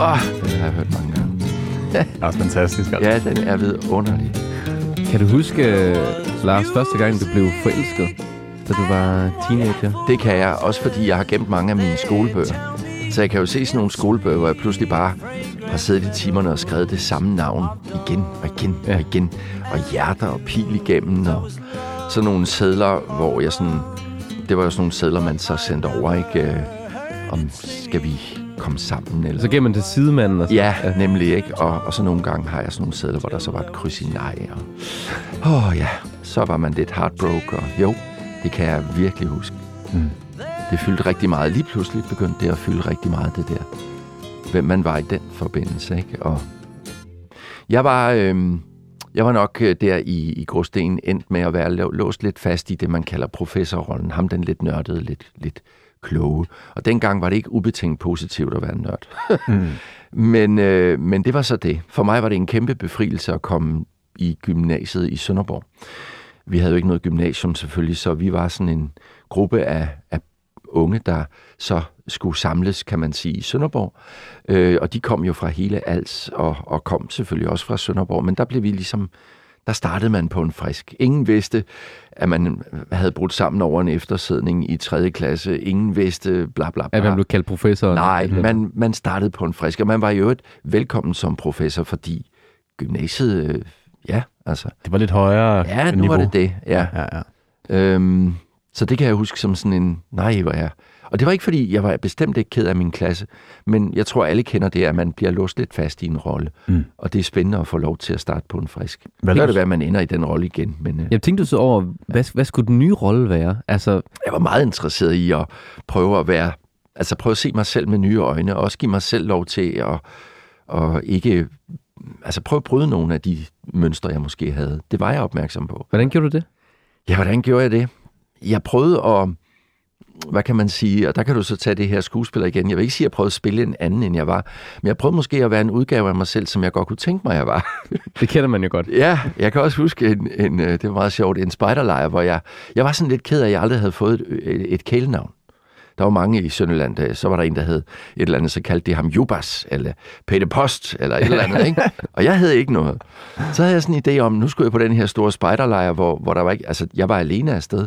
Den har jeg hørt mange gange. Det er også fantastisk. Altså. Ja, den er vidunderlig. Kan du huske, Lars, første gang du blev forelsket, da du var teenager? Det kan jeg, også fordi jeg har gemt mange af mine skolebøger. Så jeg kan jo se sådan nogle skolebøger, hvor jeg pludselig bare har siddet i timerne og skrevet det samme navn igen og igen og igen. Og hjerter og pil igennem og sådan nogle sedler, hvor jeg sådan... Det var jo sådan nogle sedler, man så sendte over, ikke? Om skal vi komme sammen? Eller... Så gav man til sidemanden? Og så. Ja, nemlig, ikke? Og så nogle gange har jeg sådan nogle sedler, hvor der så var et kryds i nej. Og ja, så var man lidt heartbroken. Og jo, det kan jeg virkelig huske. Det fyldte rigtig meget. Lige pludselig begyndte det at fylde rigtig meget, det der. Hvem man var i den forbindelse, ikke? Og jeg var nok der i Gråsten endt med at være låst lidt fast i det, man kalder professorrollen. Ham den lidt nørdede, lidt kloge. Og dengang var det ikke ubetinget positivt at være en nørd. Men det var så det. For mig var det en kæmpe befrielse at komme i gymnasiet i Sønderborg. Vi havde jo ikke noget gymnasium selvfølgelig, så vi var sådan en gruppe af unge, der så skulle samles, kan man sige, i Sønderborg. Og de kom jo fra hele Als, og kom selvfølgelig også fra Sønderborg. Men der blev vi ligesom, der startede man på en frisk. Ingen vidste, at man havde brudt sammen over en eftersidning i 3. klasse. Ingen vidste bla bla bla. At man blev kaldt professor? Nej, man startede på en frisk. Og man var jo et velkommen som professor, fordi gymnasiet, altså... Det var lidt højere Ja, nu niveau. var det, ja. Så det kan jeg huske som sådan en, nej, hvor jeg... Og det var ikke, fordi jeg var bestemt ikke ked af min klasse, men jeg tror, alle kender det, at man bliver låst lidt fast i en rolle. Og det er spændende at få lov til at starte på en frisk. Det kan det være, at man ender i den rolle igen. Men, jeg tænkte så over, hvad skulle den nye rolle være? Altså... Jeg var meget interesseret i at prøve at se mig selv med nye øjne, og også give mig selv lov til at ikke... Altså prøve at bryde nogle af de mønstre, jeg måske havde. Det var jeg opmærksom på. Hvordan gjorde du det? Ja, hvordan gjorde jeg det? Jeg prøvede at... Hvad kan man sige? Og der kan du så tage det her skuespiller igen. Jeg vil ikke sige, at jeg prøvede at spille en anden, end jeg var. Men jeg prøvede måske at være en udgave af mig selv, som jeg godt kunne tænke mig, jeg var. Det kender man jo godt. Ja, jeg kan også huske, det var meget sjovt, en spejderlejr, hvor jeg var sådan lidt ked af, at jeg aldrig havde fået et kælenavn. Der var mange i Sønderland, så var der en, der hed et eller andet, så kaldte de ham Jubas, eller Peter Post, eller et eller andet, ikke? Og jeg havde ikke noget. Så havde jeg sådan en idé om, nu skulle jeg på den her store spejderlejr, hvor der var ikke, altså jeg var alene afsted.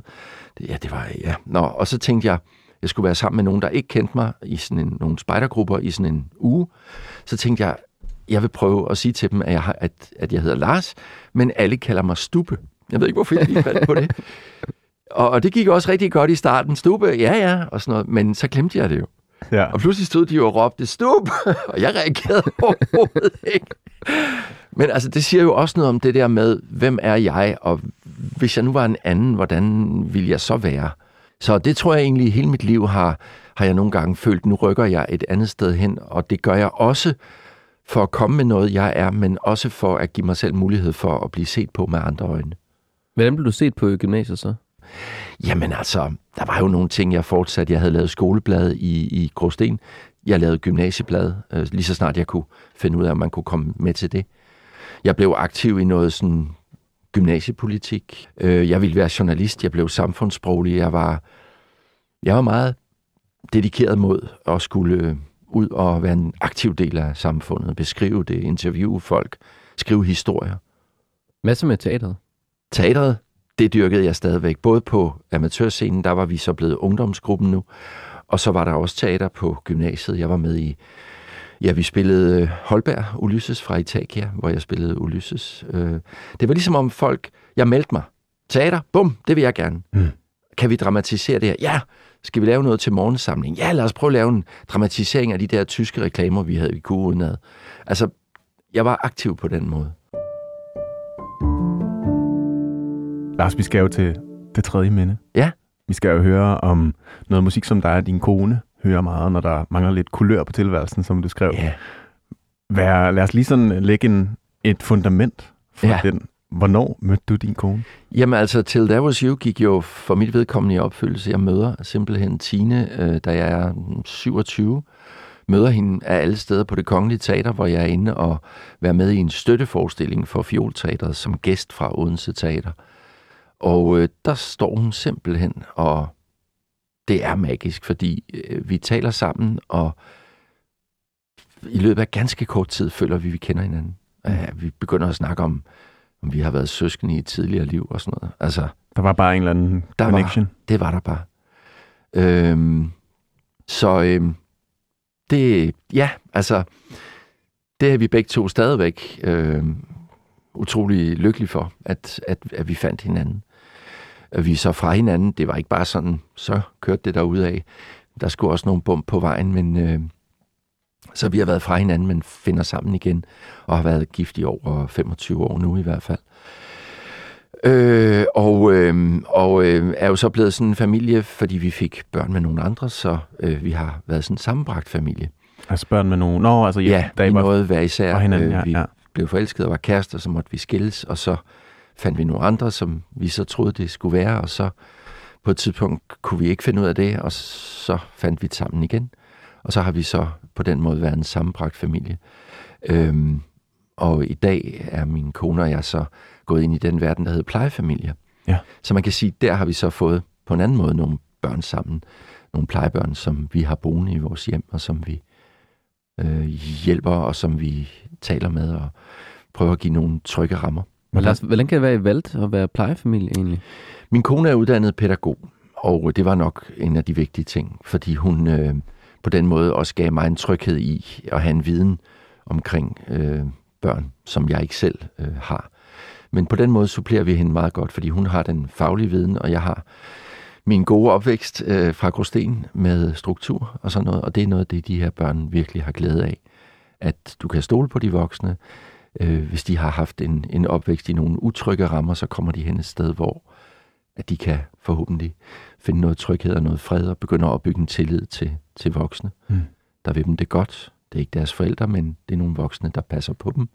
Og så tænkte jeg skulle være sammen med nogen, der ikke kendte mig i sådan nogle spejdergrupper i sådan en uge. Så tænkte jeg vil prøve at sige til dem, at jeg hedder Lars, men alle kalder mig Stubbe. Jeg ved ikke, hvorfor jeg lige faldt på det. Og det gik også rigtig godt i starten. Stubbe, ja, og sådan noget. Men så glemte jeg det jo. Ja. Og pludselig stod de jo og råbte, Stubbe! Og jeg reagerede overhovedet ikke. Men altså, det siger jo også noget om det der med, hvem er jeg? Og hvis jeg nu var en anden, hvordan ville jeg så være? Så det tror jeg egentlig, i hele mit liv har jeg nogle gange følt, nu rykker jeg et andet sted hen. Og det gør jeg også for at komme med noget, jeg er, men også for at give mig selv mulighed for at blive set på med andre øjne. Hvordan blev du set på gymnasiet så? Jamen altså, der var jo nogle ting, jeg fortsatte. Jeg havde lavet skoleblad i Gråsten. Jeg lavede gymnasieblad, lige så snart jeg kunne finde ud af, om man kunne komme med til det. Jeg blev aktiv i noget sådan gymnasiepolitik. Jeg ville være journalist. Jeg blev samfundssproglig. Jeg var meget dedikeret mod at skulle ud og være en aktiv del af samfundet. Beskrive det, interviewe folk, skrive historier. Hvad så med teateret? Teateret, det dyrkede jeg stadigvæk. Både på amatørscenen, der var vi så blevet ungdomsgruppen nu, og så var der også teater på gymnasiet. Jeg var med i, vi spillede Holberg, Ulysses fra Itakia, hvor jeg spillede Ulysses. Det var ligesom om folk, jeg meldte mig. Teater, bum, det vil jeg gerne. Kan vi dramatisere det her? Ja. Skal vi lave noget til morgensamling? Ja, lad os prøve at lave en dramatisering af de der tyske reklamer, vi havde i kunne udenad. Altså, jeg var aktiv på den måde. Lars, vi skal jo til det tredje minde. Ja. Vi skal jo høre om noget musik, som dig og din kone hører meget, når der mangler lidt kulør på tilværelsen, som du skrev. Ja. Lad os lige sådan lægge et fundament for den. Hvornår mødte du din kone? Jamen altså, Till That Was You gik jo for mit vedkommende i opfyldelse. Jeg møder simpelthen Tine, da jeg er 27. Møder hende af alle steder på Det Kongelige Teater, hvor jeg er inde og være med i en støtteforestilling for Fiolteatret som gæst fra Odense Teater. Og der står hun simpelthen, og det er magisk, fordi vi taler sammen, og i løbet af ganske kort tid føler vi kender hinanden. Vi begynder at snakke om vi har været søskende i et tidligere liv og sådan noget. Altså, der var bare en eller anden connection. Det var der bare. Det er vi begge to stadigvæk utrolig lykkelige for, at vi fandt hinanden. Vi er så fra hinanden. Det var ikke bare sådan, så kørte det derudad. Der skulle også nogle bump på vejen, men så vi har været fra hinanden, men finder sammen igen, og har været gift i over 25 år nu i hvert fald. Er jo så blevet sådan en familie, fordi vi fik børn med nogle andre, så vi har været sådan en sammenbragt familie. Altså børn med nogle... I noget hver især. Hinanden, vi blev forelsket og var kærester, så måtte vi skilles, og så fandt vi nogle andre, som vi så troede, det skulle være, og så på et tidspunkt kunne vi ikke finde ud af det, og så fandt vi det sammen igen. Og så har vi så på den måde været en sammenbragt familie. Og i dag er min kone og jeg så gået ind i den verden, der hedder plejefamilier. Ja. Så man kan sige, der har vi så fået på en anden måde nogle børn sammen. Nogle plejebørn, som vi har boende i vores hjem, og som vi hjælper, og som vi taler med, og prøver at give nogle trygge rammer. Lars, hvordan kan det være, I valgte at være plejefamilie egentlig? Min kone er uddannet pædagog, og det var nok en af de vigtige ting, fordi hun på den måde også gav mig en tryghed i at have en viden omkring børn, som jeg ikke selv har. Men på den måde supplerer vi hende meget godt, fordi hun har den faglige viden, og jeg har min gode opvækst fra Gråsten med struktur og sådan noget, og det er noget af det, de her børn virkelig har glæde af. At du kan stole på de voksne. Hvis de har haft en opvækst i nogle utrygge rammer, så kommer de hen et sted, hvor at de kan forhåbentlig finde noget tryghed og noget fred og begynde at opbygge en tillid til voksne. Der vil dem det godt. Det er ikke deres forældre, men det er nogle voksne, der passer på dem.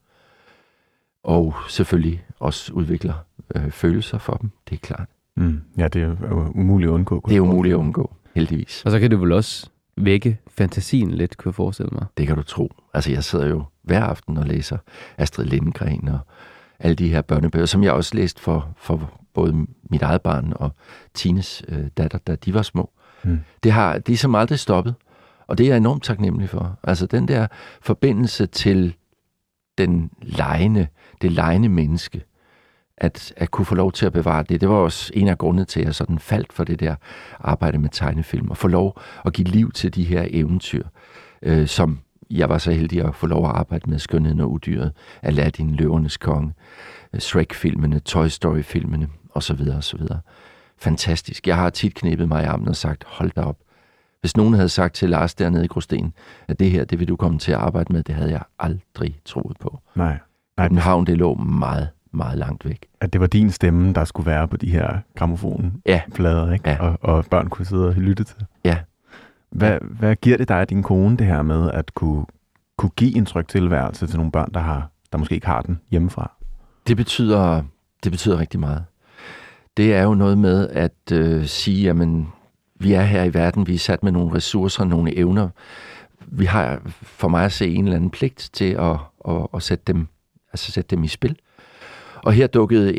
Og selvfølgelig også udvikler følelser for dem. Det er klart. Ja, det er umuligt at undgå. Det er umuligt at undgå, heldigvis. Og så kan det vel også vække fantasien lidt, kunne jeg forestille mig. Det kan du tro. Altså, jeg sidder jo hver aften og læser Astrid Lindgren og alle de her børnebøger, som jeg også læste for både mit eget barn og Tines datter, da de var små. De er som aldrig stoppet, og det er jeg enormt taknemmelig for. Altså, den der forbindelse til det legende menneske, at kunne få lov til at bevare det. Det var også en af grundene til, at jeg sådan faldt for det der arbejde med tegnefilm, og få lov at give liv til de her eventyr, som jeg var så heldig at få lov at arbejde med Skønheden og Udyret, Aladdin, Løvernes Konge, Shrek-filmene, Toy Story-filmene, osv. osv. Fantastisk. Jeg har tit knebet mig i armen og sagt, hold da op. Hvis nogen havde sagt til Lars dernede i Gråsten, at det her, det vil du komme til at arbejde med, det havde jeg aldrig troet på. Nej. København, det lå meget, meget langt væk. At det var din stemme, der skulle være på de her grammofonflader, ikke? Ja. Og børn kunne sidde og lytte til. Ja. Hvad giver det dig og din kone, det her med at kunne give en tryg tilværelse til nogle børn, der måske ikke har den hjemmefra? Det betyder rigtig meget. Det er jo noget med at sige, jamen, vi er her i verden, vi er sat med nogle ressourcer, nogle evner. Vi har for mig at se en eller anden pligt til at sætte dem i spil. Og her dukkede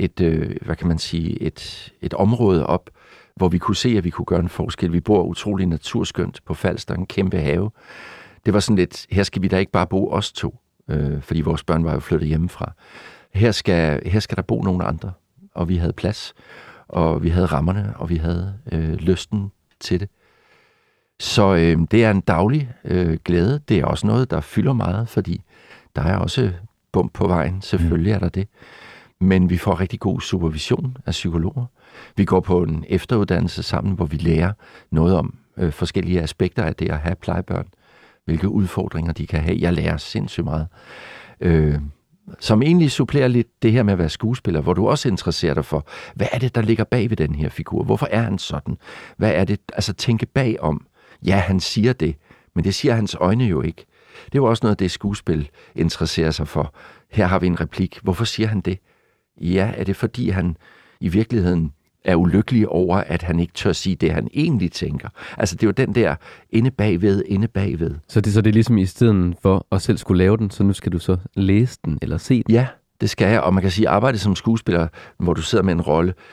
et område op, hvor vi kunne se, at vi kunne gøre en forskel. Vi bor utrolig naturskønt på Falster, en kæmpe have. Det var sådan lidt, her skal vi da ikke bare bo os to, fordi vores børn var jo flyttet hjemmefra. Her skal der bo nogle andre, og vi havde plads, og vi havde rammerne, og vi havde lysten til det. Så det er en daglig glæde. Det er også noget, der fylder meget, fordi der er også bump på vejen. Selvfølgelig er der det. Men vi får rigtig god supervision af psykologer. Vi går på en efteruddannelse sammen, hvor vi lærer noget om forskellige aspekter af det at have plejebørn. Hvilke udfordringer de kan have. Jeg lærer sindssygt meget. Som egentlig supplerer lidt det her med at være skuespiller, hvor du også interesserer dig for, hvad er det, der ligger bag ved den her figur? Hvorfor er han sådan? Hvad er det? Altså tænke bagom. Ja, han siger det, men det siger hans øjne jo ikke. Det er jo også noget af det, skuespil interesserer sig for. Her har vi en replik. Hvorfor siger han det? Ja, er det fordi han i virkeligheden er ulykkelig over, at han ikke tør sige det, han egentlig tænker? Altså, det er jo den der inde bagved. Så det er ligesom i stedet for at selv skulle lave den, så nu skal du så læse den eller se den? Ja, det skal jeg. Og man kan sige, at arbejde som skuespiller, hvor du sidder med en rolle,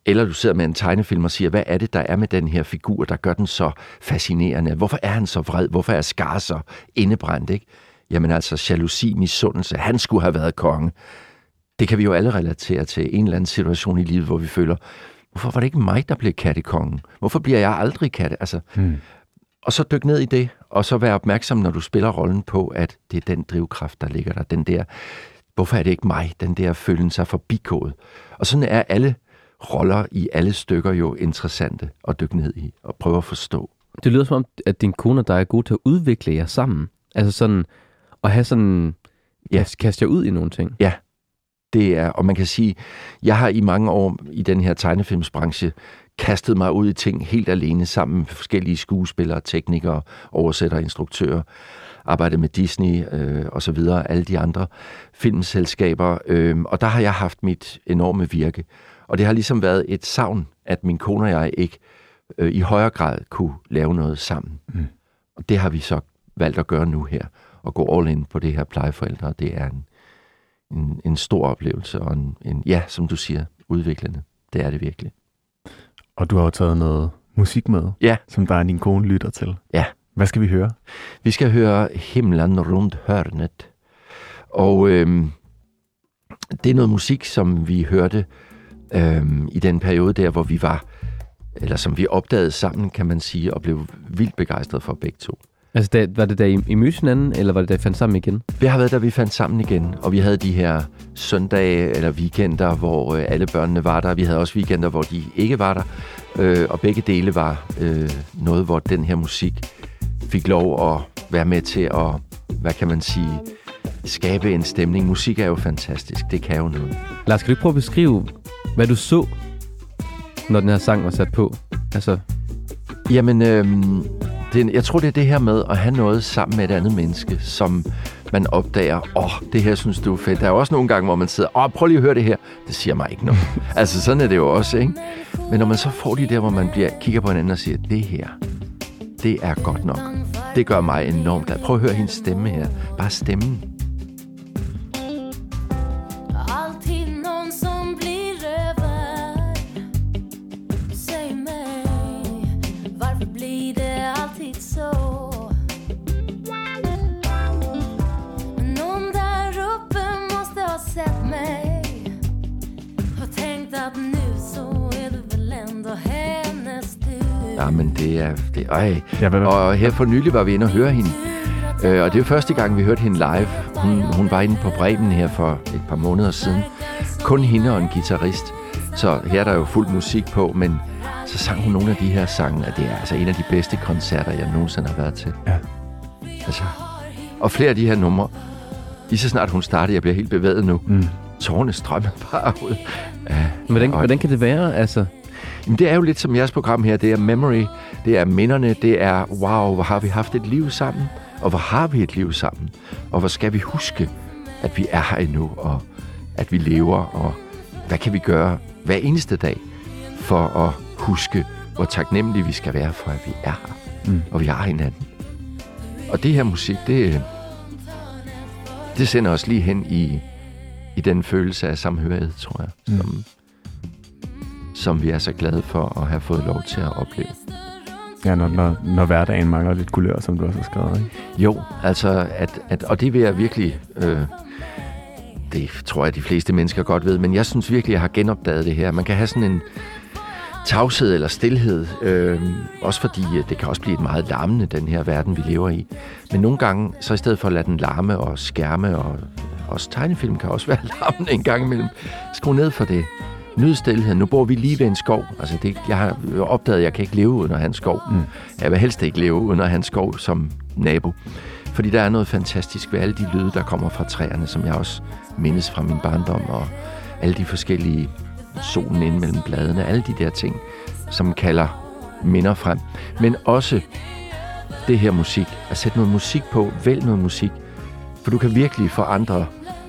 Eller du sidder med en tegnefilm og siger, hvad er det, der er med den her figur, der gør den så fascinerende? Hvorfor er han så vred? Hvorfor er Scar så indebrændt, ikke? Jamen altså, jalousi, misundelse. Han skulle have været konge. Det kan vi jo alle relatere til en eller anden situation i livet, hvor vi føler, hvorfor var det ikke mig, der blev kattekongen? Hvorfor bliver jeg aldrig katte? Altså, og så dyk ned i det, og så vær opmærksom, når du spiller rollen på, at det er den drivkraft, der ligger der. Den der, hvorfor er det ikke mig? Den der følen sig forbigået. Og sådan er alle roller i alle stykker jo interessante at dykke ned i og prøve at forstå. Det lyder som om, at din kone og dig er gode til at udvikle jer sammen. Altså sådan, at have sådan, kaste jer ud i nogle ting. Ja, det er, og man kan sige, jeg har i mange år i den her tegnefilmsbranche kastet mig ud i ting helt alene sammen med forskellige skuespillere, teknikere, oversættere, instruktører, arbejdet med Disney og så videre, alle de andre filmselskaber, og der har jeg haft mit enorme virke. Og det har ligesom været et savn, at min kone og jeg ikke i højere grad kunne lave noget sammen. Og det har vi så valgt at gøre nu her, og gå all in på det her plejeforældre. Det er en stor oplevelse, og en, som du siger, udviklende. Det er det virkelig. Og du har jo taget noget musik med, som dig og din kone lytter til. Ja. Hvad skal vi høre? Vi skal høre Himlen rundt hörnet. Og det er noget musik, som vi hørte i den periode der, hvor vi var, eller som vi opdagede sammen, kan man sige, og blev vildt begejstret for begge to. Altså, var det der I mødte hinanden, eller var det der I fandt sammen igen? Det har været, da vi fandt sammen igen, og vi havde de her søndage eller weekender, hvor alle børnene var der. Vi havde også weekender, hvor de ikke var der, og begge dele var noget, hvor den her musik fik lov at være med til at, hvad kan man sige, skabe en stemning. Musik er jo fantastisk, det kan jo noget. Lars, kan du ikke prøve at beskrive, hvad du så, når den her sang var sat på? Altså... Jamen, jeg tror, det er det her med at have noget sammen med et andet menneske, som man opdager, det her synes du er fedt. Der er jo også nogle gange, hvor man sidder, prøv lige at høre det her. Det siger mig ikke noget. Altså, sådan er det jo også, ikke? Men når man så får de der, hvor man kigger på hinanden og siger, det her, det er godt nok. Det gør mig enormt glad. Prøv at høre hendes stemme her. Bare stemmen. Ja, men det er... Og her for nylig var vi inde og høre hende. Og det er jo første gang, vi hørte hende live. Hun var inde på Bremen her for et par måneder siden. Kun hende og en guitarist. Så her er der jo fuld musik på, men så sang hun nogle af de her sange, og det er altså en af de bedste koncerter, jeg nogensinde har været til. Ja. Altså, og flere af de her numre, lige så snart hun startede, jeg bliver helt bevæget nu. Tårerne strømmer bare ud. Hvordan kan det være, altså? Jamen, det er jo lidt som jeres program her. Det er memory, det er minderne, det er, wow, hvor har vi haft et liv sammen, og hvor har vi et liv sammen, og hvor skal vi huske, at vi er her endnu, og at vi lever, og hvad kan vi gøre hver eneste dag, for at huske, hvor taknemmelige vi skal være for, at vi er her, og vi har hinanden. Og det her musik, det sender os lige hen i den følelse af samhørighed, tror jeg, som vi er så glade for at have fået lov til at opleve. Ja, når hverdagen mangler lidt kulør, som du også har skrevet, ikke? Jo, altså, og det vil jeg virkelig... det tror jeg, de fleste mennesker godt ved, men jeg synes virkelig, jeg har genopdaget det her. Man kan have sådan en tavshed eller stilhed, også fordi det kan også blive et meget larmende, den her verden, vi lever i. Men nogle gange, så i stedet for at lade den larme og skærme, og også tegnefilm kan også være larmende en gang imellem, skru ned for det. Nyd stilheden. Nu bor vi lige ved en skov. Altså jeg har opdaget, at jeg kan ikke leve uden at have en skov. Jeg vil helst ikke leve uden at have en skov som nabo. Fordi der er noget fantastisk ved alle de lyde, der kommer fra træerne, som jeg også mindes fra min barndom, og alle de forskellige solen inde mellem bladene, alle de der ting, som kalder minder frem. Men også det her musik. At sætte noget musik på, vælg noget musik, for du kan virkelig forandre.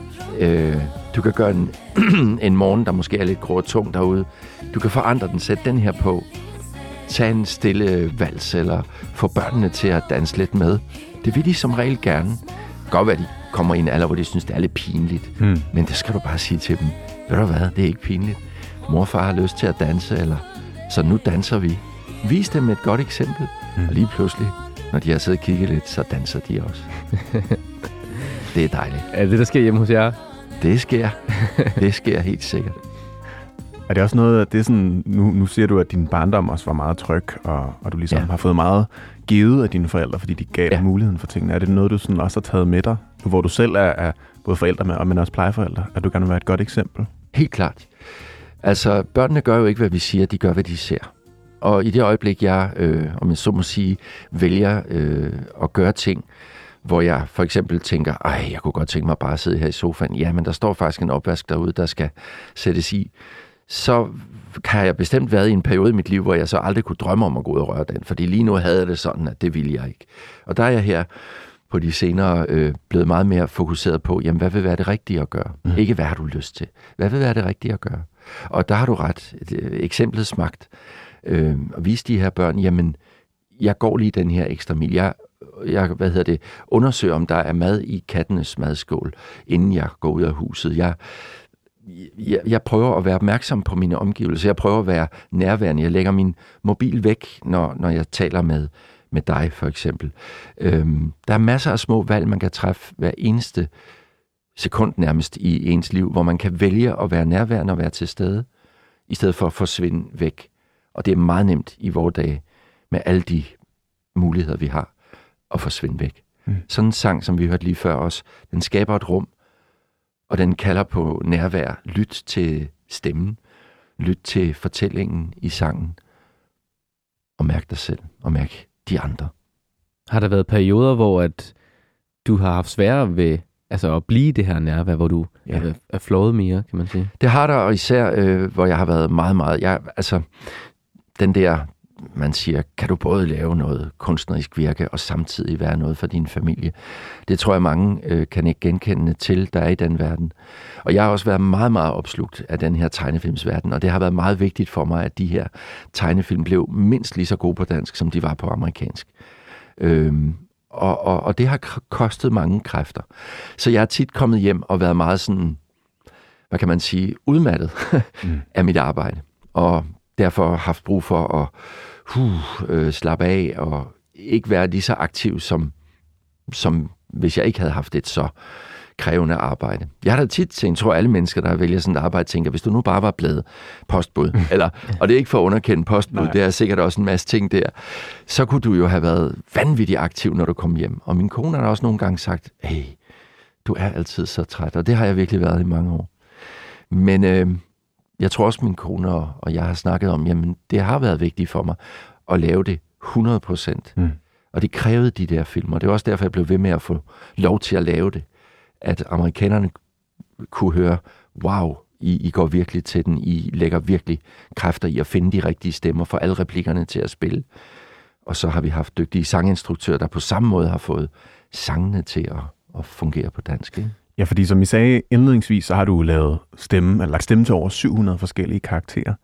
Du kan gøre en morgen, der måske er lidt grå og tung derude. Du kan forandre den, sæt den her på. Tag en stille vals, eller få børnene til at danse lidt med. Det vil de som regel gerne. Det kan godt være, at de kommer i en alder, hvor de synes, det er lidt pinligt. Men det skal du bare sige til dem. Ved du hvad, det er ikke pinligt. mor og far har lyst til at danse, eller så nu danser vi. Vis dem et godt eksempel, og lige pludselig, når de har siddet og kigget lidt, så danser de også. Det er dejligt. Er det, der sker hjemme hos jer? Det sker. Det sker helt sikkert. Er det også noget, det er sådan, nu siger du, at din barndom også var meget tryg, og du ligesom har fået meget givet af dine forældre, fordi de gav dig muligheden for tingene. Er det noget, du sådan også har taget med dig, hvor du selv er både forældre med, men også plejeforældre? At du gerne vil være et godt eksempel? Helt klart. Altså, børnene gør jo ikke, hvad vi siger, de gør, hvad de ser. Og i det øjeblik, jeg, om jeg så må sige, vælger at gøre ting, hvor jeg for eksempel tænker, jeg kunne godt tænke mig bare at sidde her i sofaen. Ja, men der står faktisk en opvask derude, der skal sættes i. Så har jeg bestemt været i en periode i mit liv, hvor jeg så aldrig kunne drømme om at gå ud og røre den. Fordi lige nu havde jeg det sådan, at det ville jeg ikke. Og der er jeg her på de senere blevet meget mere fokuseret på, jamen hvad vil være det rigtige at gøre? Ikke hvad har du lyst til? Hvad vil være det rigtige at gøre? Og der har du ret. Eksemplets magt. At vise de her børn, jamen jeg går lige den her ekstra mil. Jeg undersøger, om der er mad i kattenes madskål, inden jeg går ud af huset. Jeg prøver at være opmærksom på mine omgivelser. Jeg prøver at være nærværende. Jeg lægger min mobil væk, når jeg taler med dig, for eksempel. Der er masser af små valg, man kan træffe hver eneste sekund nærmest i ens liv, hvor man kan vælge at være nærværende og være til stede, i stedet for at forsvinde væk. Og det er meget nemt i vores dage, med alle de muligheder, vi har, at forsvinde væk. Sådan en sang, som vi hørte lige før os, den skaber et rum, og den kalder på nærvær. Lyt til stemmen, lyt til fortællingen i sangen, og mærk dig selv, og mærk de andre. Har der været perioder, hvor at du har haft sværere ved at blive det her nærvær, hvor du er flået mere, kan man sige? Det har der, og især hvor jeg har været meget, meget... den der, man siger, kan du både lave noget kunstnerisk virke og samtidig være noget for din familie? Det tror jeg, mange kan ikke genkende til, der er i den verden. Og jeg har også været meget, meget opslugt af den her tegnefilmsverden, og det har været meget vigtigt for mig, at de her tegnefilm blev mindst lige så gode på dansk, som de var på amerikansk. Og det har kostet mange kræfter. Så jeg har tit kommet hjem og været meget sådan, hvad kan man sige, udmattet af mit arbejde. Og derfor haft brug for at slappe af og ikke være lige så aktiv, som hvis jeg ikke havde haft et så krævende arbejde. Jeg har da tit tænkt, tror alle mennesker, der vælger sådan et arbejde, tænker, hvis du nu bare var blevet postbud, og det er ikke for at underkende postbud, det er sikkert også en masse ting der, så kunne du jo have været vanvittigt aktiv, når du kom hjem. Og min kone har også nogle gange sagt, hey, du er altid så træt, og det har jeg virkelig været i mange år. Men jeg tror også, min kone og jeg har snakket om, jamen det har været vigtigt for mig at lave det 100%. Og det krævede de der filmer. Det var også derfor, jeg blev ved med at få lov til at lave det. At amerikanerne kunne høre, wow, I går virkelig til den. I lægger virkelig kræfter i at finde de rigtige stemmer for alle replikkerne til at spille. Og så har vi haft dygtige sanginstruktører, der på samme måde har fået sangene til at fungere på dansk. Ikke? Ja, fordi som I sagde indledningsvis, så har du lagt stemme til over 700 forskellige karakterer.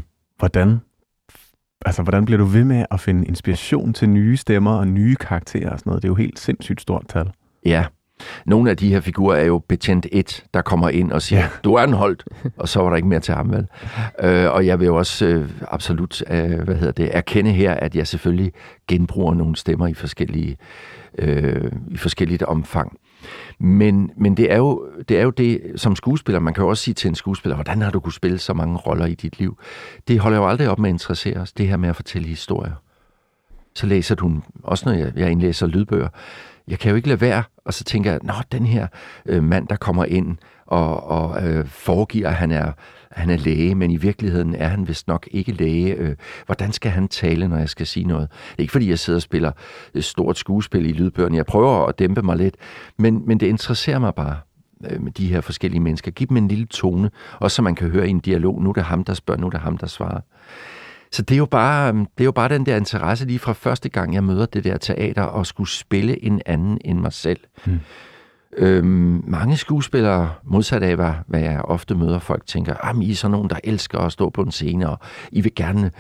Hvordan bliver du ved med at finde inspiration til nye stemmer og nye karakterer og sådan noget? Det er jo helt sindssygt stort tal. Ja. Nogle af de her figurer er jo betjent 1, der kommer ind og siger, du er Anholt, og så var der ikke mere til ham, vel? Og jeg vil jo også absolut erkende her, at jeg selvfølgelig genbruger nogle stemmer i forskellige omfang. Men det er jo det, som skuespiller, man kan jo også sige til en skuespiller, hvordan har du kunnet spille så mange roller i dit liv? Det holder jo aldrig op med at interessere os, det her med at fortælle historier. Så læser du, også når jeg indlæser lydbøger, jeg kan jo ikke lade være, og så tænker jeg, den her mand, der kommer ind og foregiver, at han er læge, men i virkeligheden er han vist nok ikke læge. Hvordan skal han tale, når jeg skal sige noget? Det er ikke, fordi jeg sidder og spiller et stort skuespil i lydbøgerne. Jeg prøver at dæmpe mig lidt, men det interesserer mig bare med de her forskellige mennesker. Giv dem en lille tone, også så man kan høre i en dialog. Nu er det ham, der spørger, nu er det ham, der svarer. Så det er jo bare den der interesse lige fra første gang, jeg møder det der teater og skulle spille en anden end mig selv. Mange skuespillere, modsat af hvad jeg ofte møder, folk tænker, I er sådan nogen, der elsker at stå på en scene, og I vil gerne,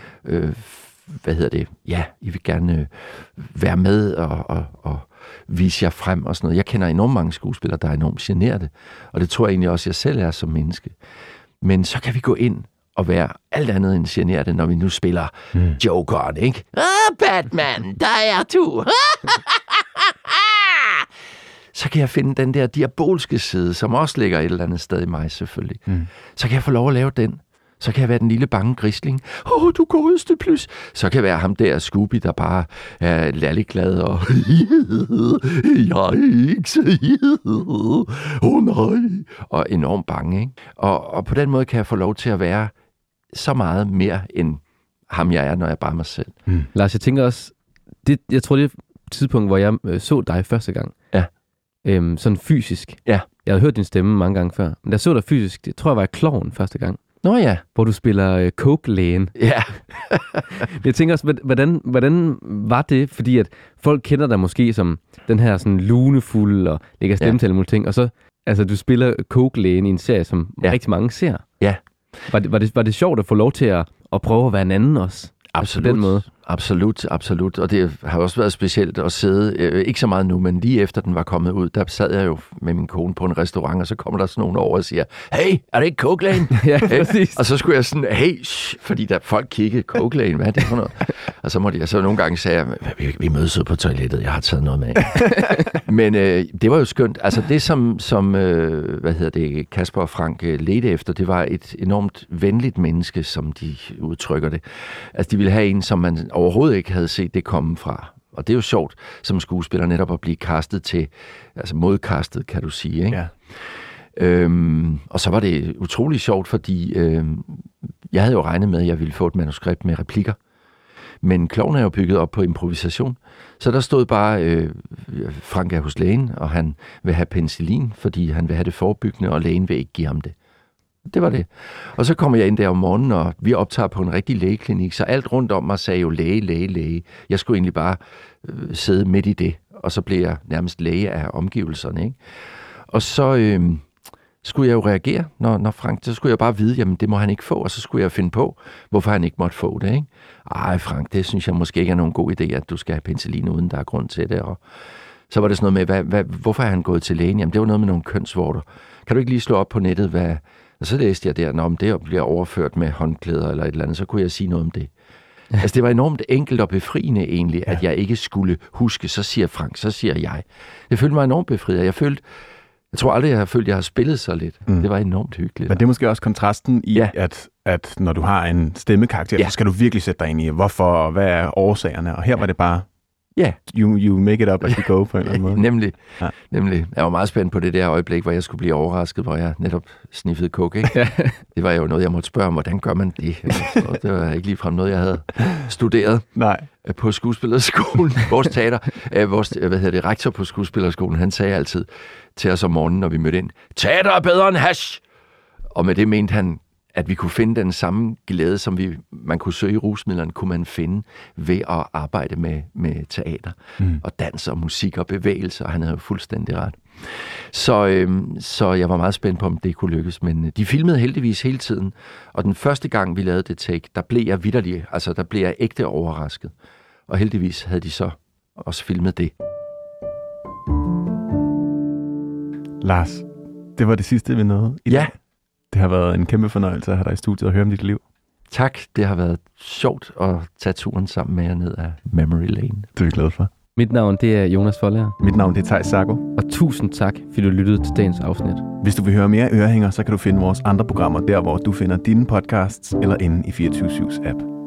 I vil gerne være med og vise jer frem og sådan noget. Jeg kender enormt mange skuespillere, der er enormt generede, og det tror jeg egentlig også, jeg selv er som menneske. Men så kan vi gå ind at være alt andet end generte, når vi nu spiller Jokeren, ikke? Batman, der er du! Så kan jeg finde den der diabolske side, som også ligger et eller andet sted i mig, selvfølgelig. Så kan jeg få lov at lave den. Så kan jeg være den lille bange grisling. Du godeste plus. Så kan jeg være ham der Scooby, der bare er lalleglad og jeg er ikke så nej. Og enormt bange, ikke? Og på den måde kan jeg få lov til at være så meget mere end ham, jeg er, når jeg bare er mig selv. Lars, jeg tænker også, jeg tror, det er et tidspunkt, hvor jeg så dig første gang. Ja. Sådan fysisk. Ja. Jeg havde hørt din stemme mange gange før. Men da jeg så dig fysisk, det tror jeg var i Klovn første gang. Nå ja. Hvor du spiller coke-lægen. Ja. Jeg tænker også, hvordan var det? Fordi at folk kender dig måske som den her sådan lunefuld og lægger stemme til alle mulige ting. Og så, altså du spiller coke-lægen i en serie, som rigtig mange ser. Ja. Var det sjovt at få lov til at prøve at være en anden også? Absolut. På den måde. Absolut. Og det har også været specielt at sidde, ikke så meget nu, men lige efter den var kommet ud, der sad jeg jo med min kone på en restaurant, og så kommer der sådan nogen over og siger, hey, er det ikke coke-lægen? Ja, præcis. Og så skulle jeg sådan, hey, fordi der folk kiggede, coke-lægen, hvad er det for noget? Og så måtte jeg så nogle gange sige, vi mødes ud på toilettet, jeg har taget noget med. Men det var jo skønt. Altså det, som Kasper og Frank ledte efter, det var et enormt venligt menneske, som de udtrykker det. Altså de ville have en, som man overhovedet ikke havde set det komme fra. Og det er jo sjovt som skuespiller netop at blive castet til, altså modcastet, kan du sige, ikke? Ja. Og så var det utrolig sjovt, fordi jeg havde jo regnet med, at jeg ville få et manuskript med replikker. Men Klovn er jo bygget op på improvisation. Så der stod bare, Frank er hos lægen, og han vil have penicillin, fordi han vil have det forebyggende, og lægen vil ikke give ham det. Det var det. Og så kommer jeg ind der om morgenen, og vi optager på en rigtig lægeklinik, så alt rundt om mig sagde jo læge. Jeg skulle egentlig bare sidde midt i det, og så blev jeg nærmest læge af omgivelserne, ikke? Og så skulle jeg jo reagere, når Frank, så skulle jeg bare vide, jamen det må han ikke få, og så skulle jeg finde på, hvorfor han ikke måtte få det, ikke? Ej Frank, det synes jeg måske ikke er nogen god idé, at du skal have penicillin, uden der er grund til det, og så var det sådan noget med, hvorfor er han gået til lægen? Jamen det var noget med nogle kønsvorter. Kan du ikke lige slå op på nettet, og så læste jeg der, om det bliver overført med håndklæder eller et eller andet, så kunne jeg sige noget om det. Altså det var enormt enkelt og befriende egentlig, at jeg ikke skulle huske, så siger Frank, så siger jeg. Det følte mig enormt befriet. Jeg tror aldrig, jeg har følt, at jeg har spillet så lidt. Det var enormt hyggeligt. Men det er måske også kontrasten i, at når du har en stemmekarakter, så skal du virkelig sætte dig ind i, hvorfor og hvad er årsagerne. Og her var det bare, you make it up as you go på en eller anden måde. Nemlig. Jeg var meget spændt på det der øjeblik, hvor jeg skulle blive overrasket, hvor jeg netop sniffede coke, ikke? Det var jo noget, jeg måtte spørge om, hvordan gør man det? Det var ikke ligefrem noget, jeg havde studeret på skuespillerskolen. Vores rektor på skuespillerskolen, han sagde altid til os om morgenen, når vi mødte ind, teater er bedre end hash! Og med det mente han, at vi kunne finde den samme glæde, som man kunne søge i rusmidlerne, kunne man finde ved at arbejde med teater og dans og musik og bevægelse, og han havde jo fuldstændig ret. Så jeg var meget spændt på, om det kunne lykkes, men de filmede heldigvis hele tiden, og den første gang, vi lavede det take, der blev jeg vitterlig, altså der blev jeg ægte overrasket, og heldigvis havde de så også filmet det. Lars, det var det sidste, vi nåede i dag. Det har været en kæmpe fornøjelse at have dig i studiet og høre om dit liv. Tak, det har været sjovt at tage turen sammen med jer ned af Memory Lane. Det er vi glade for. Mit navn, det er Jonas Foldager. Mit navn, det er Theis Sarko. Og tusind tak, fordi du lyttede til dagens afsnit. Hvis du vil høre mere Ørehænger, så kan du finde vores andre programmer der, hvor du finder dine podcasts eller inde i 24/7's app.